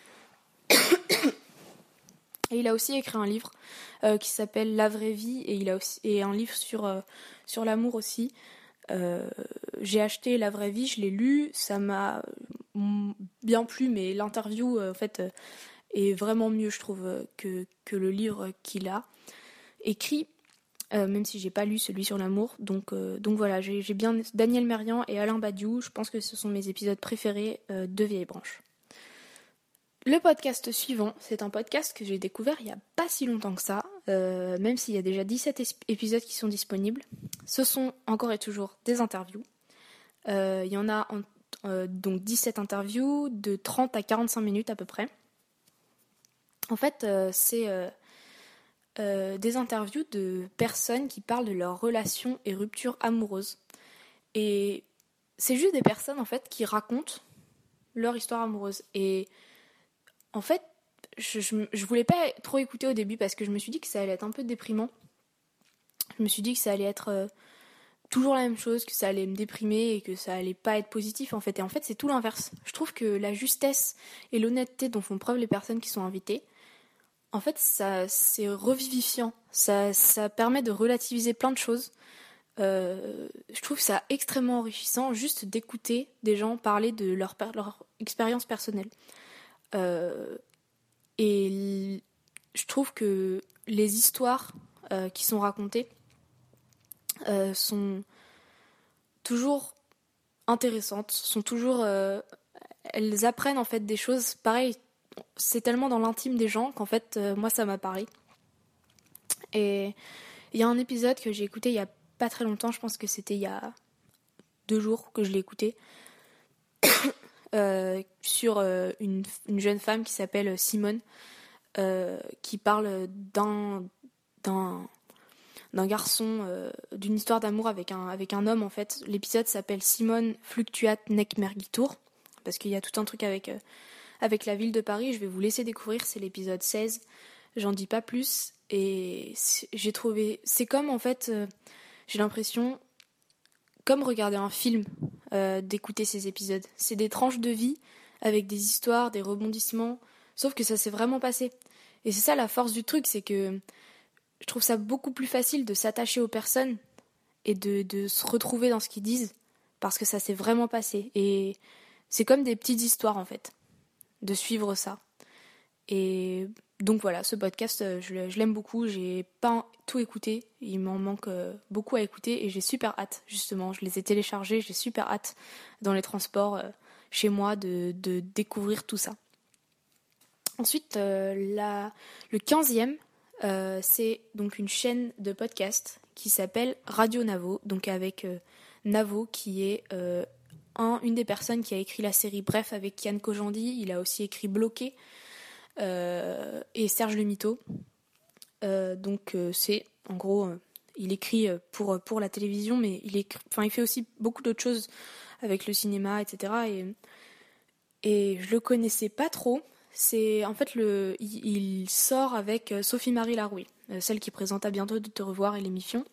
Et il a aussi écrit un livre qui s'appelle La vraie vie, et il a aussi un livre sur l'amour aussi. J'ai acheté La vraie vie, je l'ai lu, ça m'a bien plu, mais l'interview en fait est vraiment mieux, je trouve, que le livre qu'il a écrit, même si j'ai pas lu celui sur l'amour. Donc voilà, j'ai bien Danielle Merian et Alain Badiou, je pense que ce sont mes épisodes préférés de Vieille Branche. Le podcast suivant, c'est un podcast que j'ai découvert il n'y a pas si longtemps que ça, même s'il y a déjà 17 épisodes qui sont disponibles. Ce sont encore et toujours des interviews. Il y en a donc 17 interviews de 30 à 45 minutes à peu près. En fait, c'est des interviews de personnes qui parlent de leurs relations et ruptures amoureuses. Et c'est juste des personnes en fait qui racontent leur histoire amoureuse. Et en fait, je voulais pas trop écouter au début parce que je me suis dit que ça allait être un peu déprimant. Je me suis dit que ça allait être toujours la même chose, que ça allait me déprimer et que ça allait pas être positif en fait. Et en fait, c'est tout l'inverse. Je trouve que la justesse et l'honnêteté dont font preuve les personnes qui sont invitées, en fait, c'est revivifiant. Ça permet de relativiser plein de choses. Je trouve ça extrêmement enrichissant juste d'écouter des gens parler de leur expérience personnelle. Et je trouve que les histoires qui sont racontées sont toujours intéressantes, sont toujours... elles apprennent en fait des choses. Pareil, c'est tellement dans l'intime des gens qu'en fait, moi, ça m'a parlé. Et il y a un épisode que j'ai écouté il y a pas très longtemps, je pense que c'était il y a 2 jours que je l'ai écouté, sur une jeune femme qui s'appelle Simone, qui parle d'un garçon, d'une histoire d'amour avec un homme en fait. L'épisode s'appelle Simone Fluctuat Nec Mergitur, parce qu'il y a tout un truc avec la ville de Paris. Je vais vous laisser découvrir, c'est l'épisode 16, j'en dis pas plus. Et j'ai trouvé, c'est comme en fait, j'ai l'impression, comme regarder un film, d'écouter ces épisodes. C'est des tranches de vie avec des histoires, des rebondissements, sauf que ça s'est vraiment passé. Et c'est ça la force du truc, c'est que je trouve ça beaucoup plus facile de s'attacher aux personnes et de se retrouver dans ce qu'ils disent, parce que ça s'est vraiment passé. Et c'est comme des petites histoires en fait, de suivre ça. Et donc voilà, ce podcast, je l'aime beaucoup. J'ai pas tout écouté, il m'en manque beaucoup à écouter et j'ai super hâte, justement. Je les ai téléchargés, j'ai super hâte dans les transports chez moi de découvrir tout ça. Ensuite, le 15e, c'est donc une chaîne de podcast qui s'appelle Radio Navo, donc avec Navo qui est une des personnes qui a écrit la série Bref avec Kian Kojandi. Il a aussi écrit Bloqué. Et Serge Le Mito. Donc c'est en gros il écrit pour la télévision, mais il fait aussi beaucoup d'autres choses avec le cinéma, etc. Et je le connaissais pas trop. C'est en fait il sort avec Sophie-Marie Larouille, celle qui présente À bientôt de te revoir et l'émission.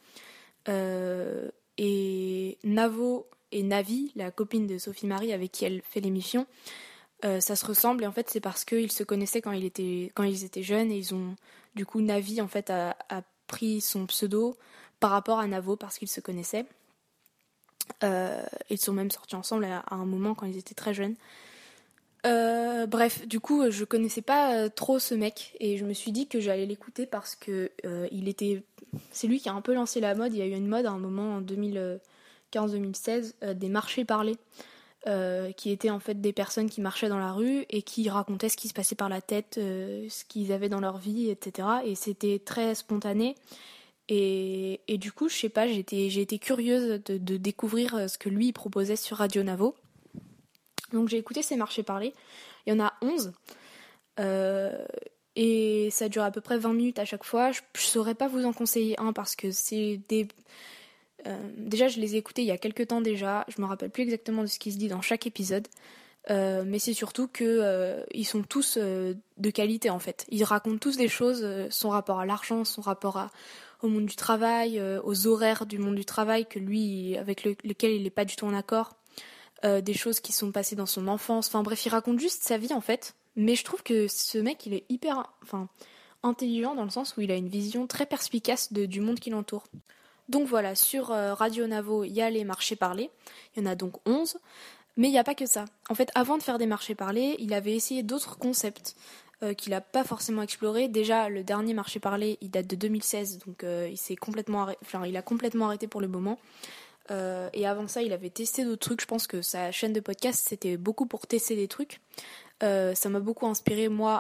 Et Navo et Navi, la copine de Sophie-Marie avec qui elle fait l'émission, ça se ressemble, et en fait c'est parce qu'ils se connaissaient quand ils étaient jeunes, et ils ont du coup Navi en fait a pris son pseudo par rapport à Navo parce qu'ils se connaissaient. Ils sont même sortis ensemble à un moment quand ils étaient très jeunes. Bref, du coup je connaissais pas trop ce mec et je me suis dit que j'allais l'écouter parce que c'est lui qui a un peu lancé la mode. Il y a eu une mode à un moment en 2015-2016 des marchés parlés. Qui étaient en fait des personnes qui marchaient dans la rue et qui racontaient ce qui se passait par la tête, ce qu'ils avaient dans leur vie, etc. Et c'était très spontané. Et du coup, je sais pas, j'ai été curieuse de découvrir ce que lui proposait sur Radio Navo. Donc j'ai écouté ces marchés parlés. Il y en a 11. Et ça dure à peu près 20 minutes à chaque fois. Je saurais pas vous en conseiller un parce que c'est des... déjà, je les ai écoutés il y a quelques temps déjà. Je me rappelle plus exactement de ce qui se dit dans chaque épisode. Mais c'est surtout que ils sont tous de qualité en fait. Ils racontent tous des choses, son rapport à l'argent, son rapport au monde du travail, aux horaires du monde du travail que lui, avec lequel il n'est pas du tout en accord. Des choses qui sont passées dans son enfance. Enfin bref, il raconte juste sa vie en fait. Mais je trouve que ce mec, il est hyper intelligent dans le sens où il a une vision très perspicace du monde qui l'entoure. Donc voilà, sur Radio Navo, il y a les marchés parlés. Il y en a donc 11. Mais il n'y a pas que ça. En fait, avant de faire des marchés parlés, il avait essayé d'autres concepts qu'il n'a pas forcément explorés. Déjà, le dernier marché parlé, il date de 2016, donc il a complètement arrêté pour le moment. Et avant ça, il avait testé d'autres trucs. Je pense que sa chaîne de podcast, c'était beaucoup pour tester des trucs. Ça m'a beaucoup inspiré, moi,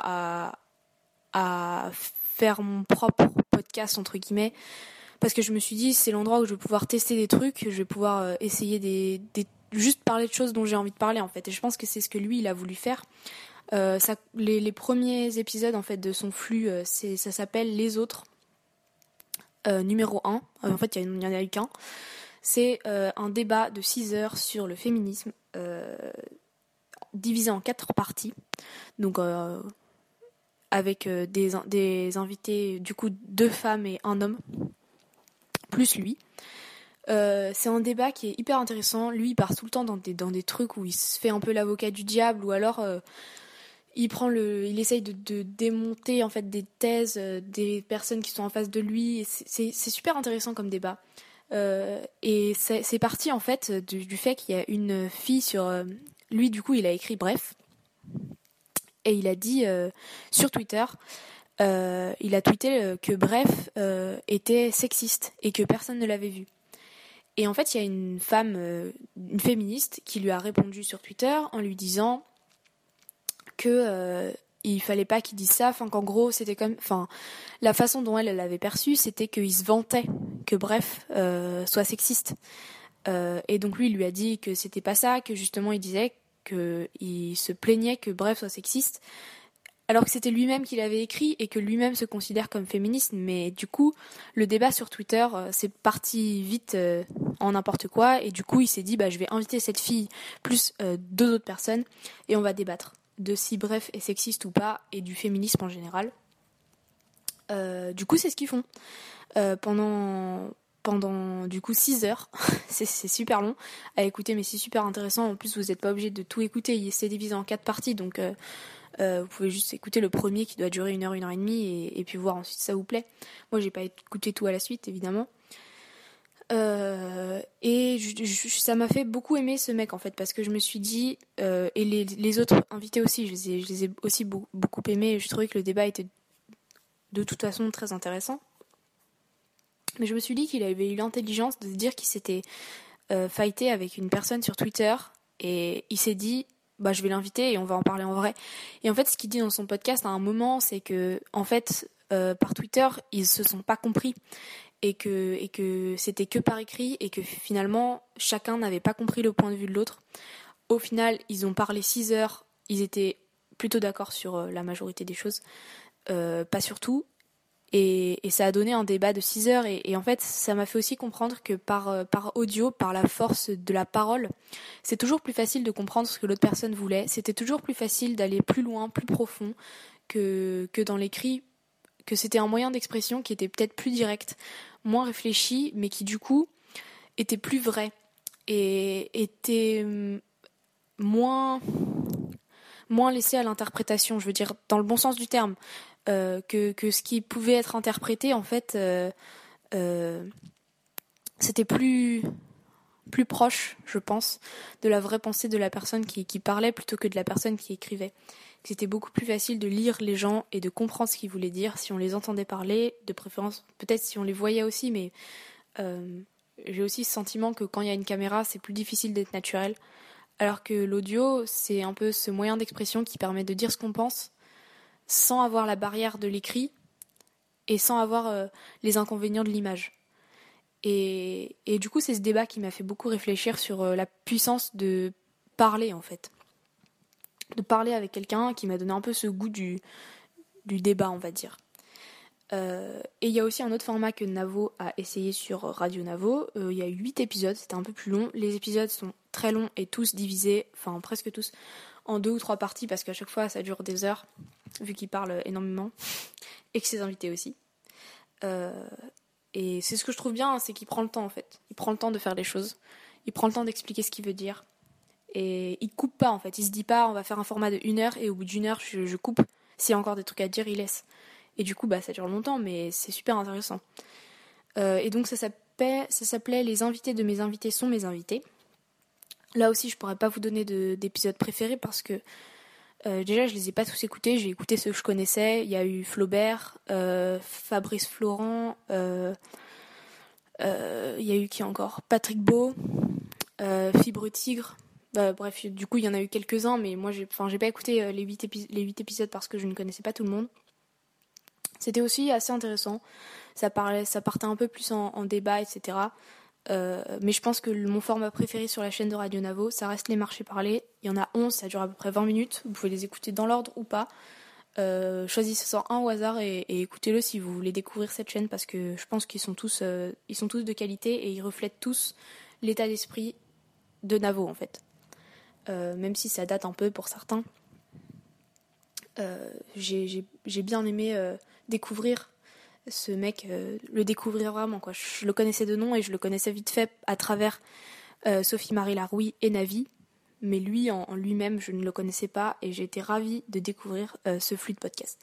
à faire mon propre podcast, entre guillemets. Parce que je me suis dit, c'est l'endroit où je vais pouvoir tester des trucs, je vais pouvoir essayer juste parler de choses dont j'ai envie de parler, en fait. Et je pense que c'est ce que lui, il a voulu faire. Les premiers épisodes, en fait, de son flux, ça s'appelle Les Autres, numéro 1. En fait, il n'y en a eu qu'un. C'est un débat de 6 heures sur le féminisme, divisé en 4 parties. Donc, avec des invités, du coup, 2 femmes et 1 homme. Plus lui. C'est un débat qui est hyper intéressant. Lui, il part tout le temps dans des trucs où il se fait un peu l'avocat du diable, ou alors il essaye de démonter en fait des thèses des personnes qui sont en face de lui. Et c'est super intéressant comme débat. Et c'est parti en fait du fait qu'il y a une fille sur lui. Du coup, il a écrit Bref, et il a dit sur Twitter. il a tweeté que Bref était sexiste et que personne ne l'avait vu. Et en fait, il y a une femme, une féministe, qui lui a répondu sur Twitter en lui disant que il fallait pas qu'il dise ça, enfin qu'en gros c'était comme, enfin la façon dont elle l'avait perçu, c'était qu'il se vantait que Bref soit sexiste. Et donc lui, il lui a dit que c'était pas ça, que justement il disait qu'il se plaignait que Bref soit sexiste, alors que c'était lui-même qui l'avait écrit et que lui-même se considère comme féministe. Mais du coup, le débat sur Twitter c'est parti vite en n'importe quoi, et du coup il s'est dit je vais inviter cette fille plus deux autres personnes et on va débattre de si Bref est sexiste ou pas et du féminisme en général. Du coup c'est ce qu'ils font pendant du coup 6 heures. c'est super long à écouter, mais c'est super intéressant. En plus, vous n'êtes pas obligé de tout écouter, c'est divisé en 4 parties, donc vous pouvez juste écouter le premier qui doit durer 1 heure, 1 heure et demie, et puis voir ensuite si ça vous plaît. Moi j'ai pas écouté tout à la suite évidemment. Et ça m'a fait beaucoup aimer ce mec en fait, parce que je me suis dit, et les autres invités aussi, je les ai aussi beaucoup aimés. Je trouvais que le débat était de toute façon très intéressant. Mais je me suis dit qu'il avait eu l'intelligence de se dire qu'il s'était fighté avec une personne sur Twitter, et il s'est dit je vais l'inviter et on va en parler en vrai. Et en fait, ce qu'il dit dans son podcast à un moment, c'est que en fait par Twitter ils se sont pas compris, et que c'était que par écrit, et que finalement chacun n'avait pas compris le point de vue de l'autre. Au final, ils ont parlé 6 heures, ils étaient plutôt d'accord sur la majorité des choses, pas sur tout. Et ça a donné un débat de 6 heures, et en fait ça m'a fait aussi comprendre que par audio, par la force de la parole, c'est toujours plus facile de comprendre ce que l'autre personne voulait, c'était toujours plus facile d'aller plus loin, plus profond que dans l'écrit, que c'était un moyen d'expression qui était peut-être plus direct, moins réfléchi, mais qui du coup était plus vrai, et était moins laissé à l'interprétation, je veux dire dans le bon sens du terme. Que ce qui pouvait être interprété, en fait, c'était plus proche, je pense, de la vraie pensée de la personne qui parlait plutôt que de la personne qui écrivait. C'était beaucoup plus facile de lire les gens et de comprendre ce qu'ils voulaient dire si on les entendait parler, de préférence peut-être si on les voyait aussi, mais j'ai aussi ce sentiment que quand il y a une caméra, c'est plus difficile d'être naturel, alors que l'audio, c'est un peu ce moyen d'expression qui permet de dire ce qu'on pense sans avoir la barrière de l'écrit et sans avoir les inconvénients de l'image. Et du coup, c'est ce débat qui m'a fait beaucoup réfléchir sur la puissance de parler, en fait. De parler avec quelqu'un, qui m'a donné un peu ce goût du débat, on va dire. Et il y a aussi un autre format que Navo a essayé sur Radio Navo. Il y a 8 épisodes, c'était un peu plus long. Les épisodes sont très longs et tous divisés, enfin presque tous, en 2 ou 3 parties, parce qu'à chaque fois ça dure des heures, vu qu'il parle énormément, et que ses invités aussi. Et c'est ce que je trouve bien, c'est qu'il prend le temps en fait. Il prend le temps de faire les choses, il prend le temps d'expliquer ce qu'il veut dire, et il coupe pas en fait. Il se dit pas on va faire un format de 1 heure et au bout d'1 heure je coupe. S'il y a encore des trucs à dire, il laisse. Et du coup ça dure longtemps, mais c'est super intéressant. Et donc ça s'appelait Les invités de mes invités sont mes invités. Là aussi je pourrais pas vous donner d'épisodes préférés, parce que déjà je les ai pas tous écoutés, j'ai écouté ceux que je connaissais. Il y a eu Flaubert, Fabrice Florent, il y a eu qui encore, Patrick Beau, Fibre Tigre. Bref, du coup il y en a eu quelques-uns, mais moi j'ai pas écouté les 8 épisodes parce que je ne connaissais pas tout le monde. C'était aussi assez intéressant, ça partait un peu plus en débat, etc. Mais je pense que mon format préféré sur la chaîne de Radio Navo, ça reste les marchés parlés. Il y en a 11, ça dure à peu près 20 minutes. Vous pouvez les écouter dans l'ordre ou pas. Choisissez-en un au hasard et écoutez-le si vous voulez découvrir cette chaîne, parce que je pense qu'ils sont tous de qualité et ils reflètent tous l'état d'esprit de Navo en fait. Même si ça date un peu pour certains. J'ai bien aimé découvrir ce mec, le découvrir vraiment quoi. Je le connaissais de nom et je le connaissais vite fait à travers Sophie-Marie Larouille et Navi, mais lui en lui-même je ne le connaissais pas, et j'ai été ravie de découvrir ce flux de podcast.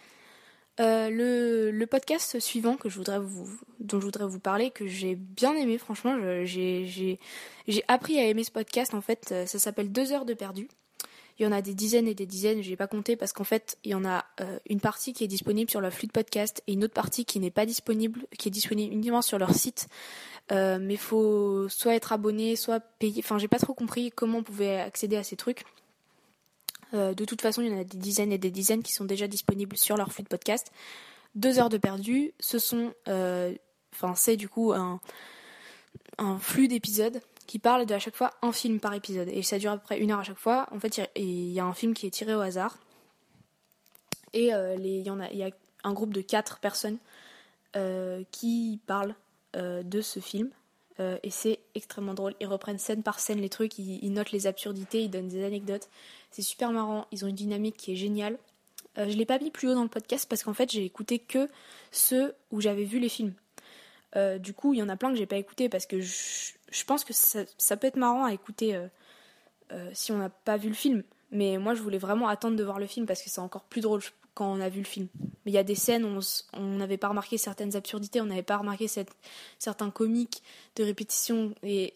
Le podcast suivant dont je voudrais vous parler, que j'ai bien aimé, franchement, j'ai appris à aimer ce podcast en fait. Ça s'appelle 2 heures de perdu, Il y en a des dizaines et des dizaines, j'ai pas compté parce qu'en fait, il y en a une partie qui est disponible sur leur flux de podcast et une autre partie qui n'est pas disponible, qui est disponible uniquement sur leur site. Mais faut soit être abonné, soit payer. Enfin, j'ai pas trop compris comment on pouvait accéder à ces trucs. De toute façon, il y en a des dizaines et des dizaines qui sont déjà disponibles sur leur flux de podcast. 2 heures de perdu, c'est du coup un flux d'épisodes qui parle de à chaque fois un film par épisode. Et ça dure à peu près 1 heure à chaque fois. En fait, il y a un film qui est tiré au hasard. Et il y a un groupe de 4 personnes qui parlent de ce film. Et c'est extrêmement drôle. Ils reprennent scène par scène les trucs, ils notent les absurdités, ils donnent des anecdotes. C'est super marrant, ils ont une dynamique qui est géniale. Je l'ai pas mis plus haut dans le podcast parce qu'en fait j'ai écouté que ceux où j'avais vu les films. Du coup il y en a plein que j'ai pas écouté parce que je pense que ça peut être marrant à écouter si on n'a pas vu le film. Mais moi je voulais vraiment attendre de voir le film parce que c'est encore plus drôle quand on a vu le film. Mais il y a des scènes où on n'avait pas remarqué certaines absurdités, on n'avait pas remarqué certains comiques de répétition et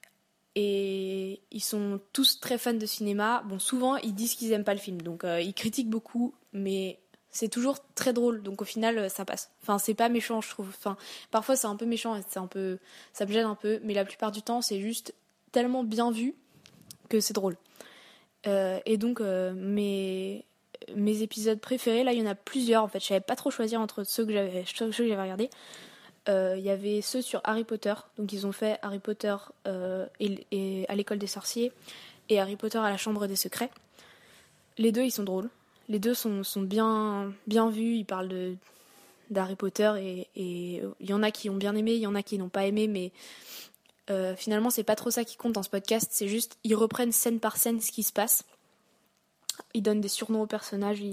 ils sont tous très fans de cinéma. Bon, souvent ils disent qu'ils aiment pas le film, donc ils critiquent beaucoup, mais c'est toujours très drôle, donc au final ça passe. Enfin, c'est pas méchant, je trouve. Enfin, parfois c'est un peu méchant, et ça me gêne un peu, mais la plupart du temps c'est juste tellement bien vu que c'est drôle. Et donc mes épisodes préférés, là il y en a plusieurs en fait, je savais pas trop choisir entre ceux que j'avais regardés. Il y avait ceux sur Harry Potter, donc ils ont fait Harry Potter et à l'école des sorciers et Harry Potter à la chambre des secrets. Les deux ils sont drôles, les deux sont bien vus, ils parlent d'Harry Potter et il y en a qui ont bien aimé, il y en a qui n'ont pas aimé, mais finalement c'est pas trop ça qui compte dans ce podcast, c'est juste ils reprennent scène par scène ce qui se passe. Ils donnent des surnoms aux personnages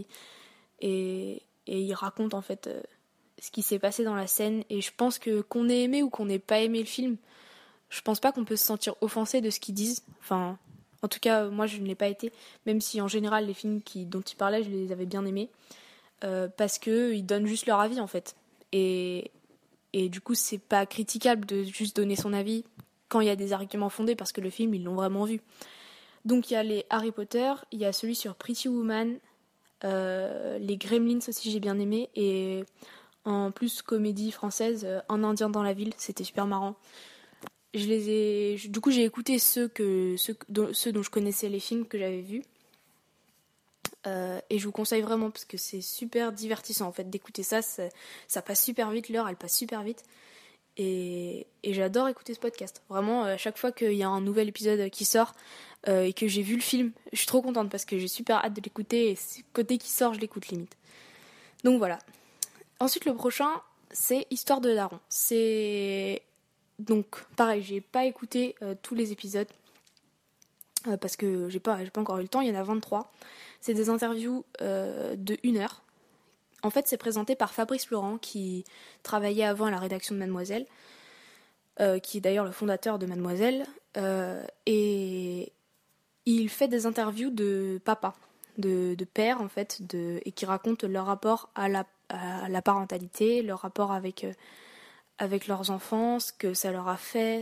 et ils racontent en fait ce qui s'est passé dans la scène. Et je pense que qu'on ait aimé ou qu'on n'ait pas aimé le film, je pense pas qu'on peut se sentir offensé de ce qu'ils disent. Enfin, en tout cas, moi je ne l'ai pas été, même si en général les films dont ils parlaient, je les avais bien aimés. Parce qu'ils donnent juste leur avis en fait. Et du coup, c'est pas critiquable de juste donner son avis quand il y a des arguments fondés parce que le film, ils l'ont vraiment vu. Donc il y a les Harry Potter, il y a celui sur Pretty Woman, les Gremlins aussi j'ai bien aimé, et en plus comédie française, Un Indien dans la ville, c'était super marrant. Du coup j'ai écouté ceux dont je connaissais les films que j'avais vus, et je vous conseille vraiment parce que c'est super divertissant en fait d'écouter ça passe super vite, l'heure elle passe super vite. Et j'adore écouter ce podcast. Vraiment, à chaque fois qu'il y a un nouvel épisode qui sort et que j'ai vu le film, je suis trop contente parce que j'ai super hâte de l'écouter et côté qui sort, je l'écoute limite. Donc voilà. Ensuite, le prochain, c'est Histoire de Daron. Donc pareil, j'ai pas écouté tous les épisodes parce que j'ai pas encore eu le temps. Il y en a 23. C'est des interviews de 1 heure. En fait, c'est présenté par Fabrice Laurent, qui travaillait avant à la rédaction de Mademoiselle, qui est d'ailleurs le fondateur de Mademoiselle, et il fait des interviews de papa, de père en fait, et qui racontent leur rapport à la parentalité, leur rapport avec leurs enfants, ce que ça leur a fait,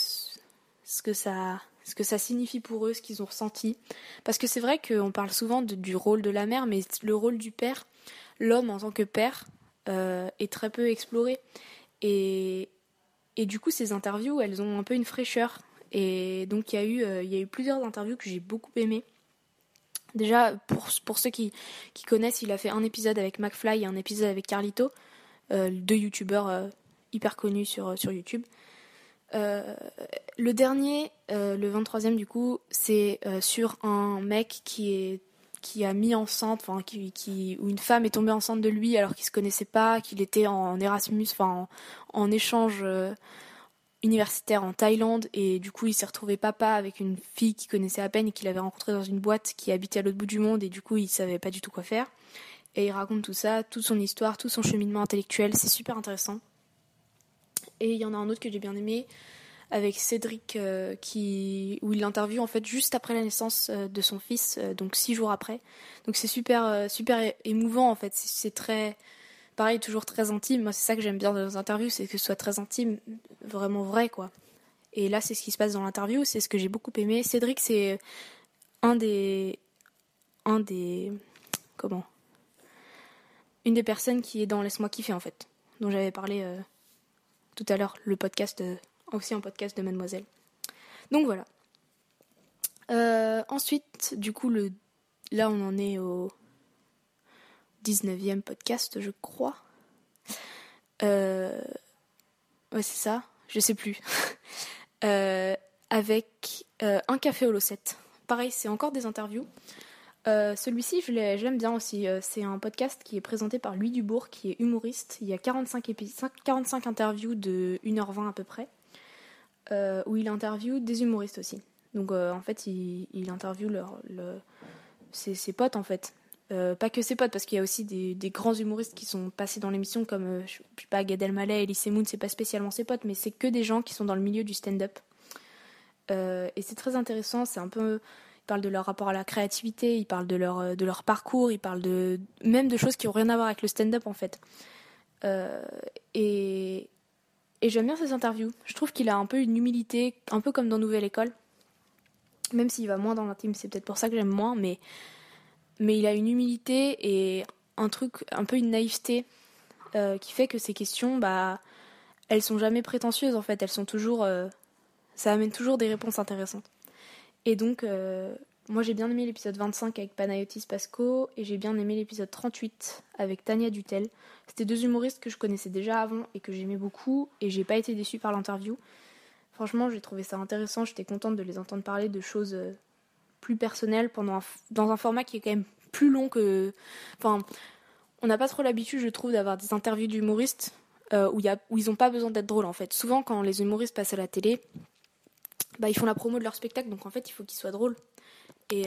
ce que ça signifie pour eux, ce qu'ils ont ressenti. Parce que c'est vrai qu'on parle souvent du rôle de la mère, mais le rôle du père, l'homme en tant que père, est très peu exploré. Et du coup, ces interviews, elles ont un peu une fraîcheur. Et donc, il y a eu plusieurs interviews que j'ai beaucoup aimées. Déjà, pour ceux qui connaissent, il a fait un épisode avec McFly et un épisode avec Carlito, 2 youtubeurs hyper connus sur YouTube. Le dernier, le 23e du coup, c'est sur un mec qui a mis enceinte, enfin où une femme est tombée enceinte de lui alors qu'il se connaissait pas, qu'il était en Erasmus, enfin en échange universitaire en Thaïlande, et du coup il s'est retrouvé papa avec une fille qu'il connaissait à peine et qu'il avait rencontrée dans une boîte qui habitait à l'autre bout du monde, et du coup il savait pas du tout quoi faire. Et il raconte tout ça, toute son histoire, tout son cheminement intellectuel, c'est super intéressant. Et il y en a un autre que j'ai bien aimé, avec Cédric, où il l'interviewe en fait juste après la naissance de son fils, donc 6 jours après. Donc c'est super émouvant en fait, c'est très pareil, toujours très intime. Moi c'est ça que j'aime bien dans les interviews, c'est que ce soit très intime, vraiment vrai quoi. Et là c'est ce qui se passe dans l'interview, c'est ce que j'ai beaucoup aimé. Cédric c'est un des une des personnes qui est dans Laisse-moi kiffer en fait, dont j'avais parlé tout à l'heure, le podcast, aussi un podcast de Mademoiselle. Donc voilà. Ensuite, du coup, là on en est au 19e podcast, je crois. Ouais, c'est ça, je sais plus. Avec un café au Losset. Pareil, c'est encore des interviews. Celui-ci, je l'aime bien aussi. C'est un podcast qui est présenté par Louis Dubourg, qui est humoriste. Il y a 45 interviews de 1h20 à peu près, où il interviewe des humoristes aussi. Donc en fait, il interviewe ses potes en fait. Pas que ses potes, parce qu'il y a aussi des grands humoristes qui sont passés dans l'émission, comme je sais pas, Gad Elmaleh, Elie Semoun, c'est pas spécialement ses potes, mais c'est que des gens qui sont dans le milieu du stand-up. Et c'est très intéressant, c'est un peu... Ils parlent de leur rapport à la créativité, ils parlent de leur parcours, ils parlent même de choses qui n'ont rien à voir avec le stand-up en fait. Et j'aime bien ces interviews. Je trouve qu'il a un peu une humilité, un peu comme dans Nouvelle École. Même s'il va moins dans l'intime, c'est peut-être pour ça que j'aime moins, mais il a une humilité et un truc, un peu une naïveté qui fait que ces questions, elles sont jamais prétentieuses en fait, elles sont toujours... ça amène toujours des réponses intéressantes. Et donc, moi j'ai bien aimé l'épisode 25 avec Panayotis Pasco et j'ai bien aimé l'épisode 38 avec Tania Dutel. C'était deux humoristes que je connaissais déjà avant et que j'aimais beaucoup et j'ai pas été déçue par l'interview. Franchement, j'ai trouvé ça intéressant, j'étais contente de les entendre parler de choses plus personnelles dans un format qui est quand même plus long que... Enfin, on n'a pas trop l'habitude, je trouve, d'avoir des interviews d'humoristes où ils n'ont pas besoin d'être drôles en fait. Souvent, quand les humoristes passent à la télé, ils font la promo de leur spectacle, donc en fait il faut qu'ils soient drôles. Et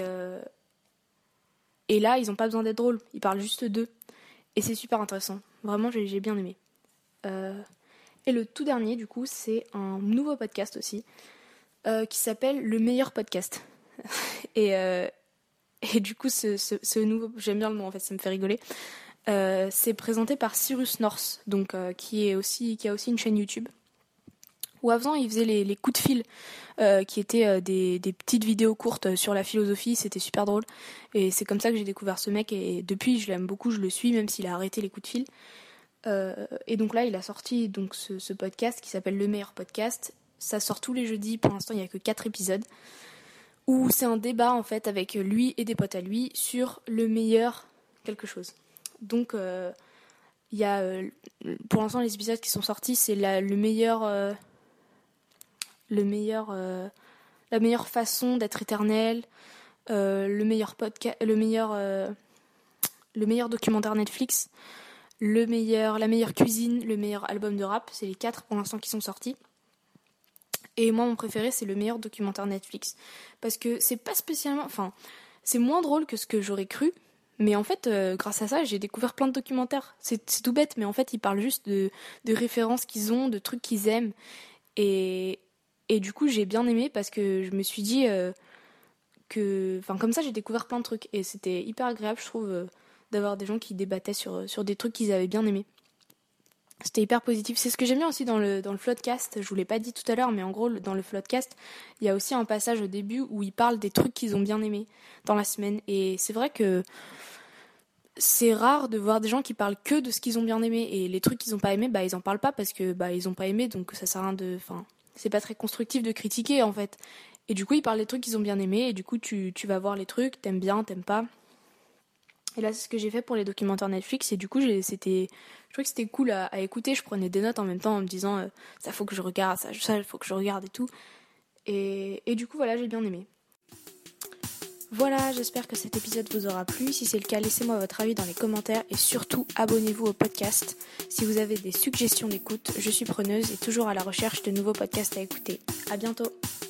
là ils n'ont pas besoin d'être drôles, ils parlent juste d'eux. Et c'est super intéressant, vraiment j'ai bien aimé. Et le tout dernier du coup c'est un nouveau podcast aussi, qui s'appelle Le Meilleur Podcast. et du coup ce nouveau, j'aime bien le nom en fait, ça me fait rigoler. C'est présenté par Cyrus North, donc qui a aussi une chaîne YouTube. Où avant il faisait les coups de fil, qui étaient des petites vidéos courtes sur la philosophie, c'était super drôle. Et c'est comme ça que j'ai découvert ce mec et depuis je l'aime beaucoup, je le suis même s'il a arrêté les coups de fil. Et donc là il a sorti donc ce podcast qui s'appelle Le Meilleur Podcast. Ça sort tous les jeudis, pour l'instant il n'y a que 4 épisodes. Où c'est un débat en fait avec lui et des potes à lui sur le meilleur quelque chose. Donc il y a pour l'instant les épisodes qui sont sortis c'est la meilleure façon d'être éternel, le meilleur podcast, le meilleur documentaire Netflix, la meilleure cuisine, le meilleur album de rap. C'est les 4 pour l'instant qui sont sortis. Et moi mon préféré c'est le meilleur documentaire Netflix parce que c'est pas spécialement, c'est moins drôle que ce que j'aurais cru. Mais en fait, grâce à ça, j'ai découvert plein de documentaires. C'est tout bête, mais en fait, ils parlent juste de références qu'ils ont, de trucs qu'ils aiment. Et du coup, j'ai bien aimé parce que je me suis dit comme ça, j'ai découvert plein de trucs. Et c'était hyper agréable, je trouve, d'avoir des gens qui débattaient sur des trucs qu'ils avaient bien aimés. C'était hyper positif. C'est ce que j'aime bien aussi dans le Floodcast. Je vous l'ai pas dit tout à l'heure, mais en gros, dans le Floodcast, il y a aussi un passage au début où ils parlent des trucs qu'ils ont bien aimés dans la semaine. Et c'est vrai que c'est rare de voir des gens qui parlent que de ce qu'ils ont bien aimé. Et les trucs qu'ils ont pas aimés, ils en parlent pas parce que ils ont pas aimé, donc ça sert à rien de... c'est pas très constructif de critiquer en fait. Et du coup, ils parlent des trucs qu'ils ont bien aimés. Et du coup, tu vas voir les trucs, t'aimes bien, t'aimes pas. Et là, c'est ce que j'ai fait pour les documentaires Netflix. Et du coup, je trouvais que c'était cool à écouter. Je prenais des notes en même temps en me disant ça faut que je regarde, ça faut que je regarde et tout. Et du coup, voilà, j'ai bien aimé. Voilà, j'espère que cet épisode vous aura plu. Si c'est le cas, laissez-moi votre avis dans les commentaires et surtout abonnez-vous au podcast. Si vous avez des suggestions d'écoute, je suis preneuse et toujours à la recherche de nouveaux podcasts à écouter. À bientôt.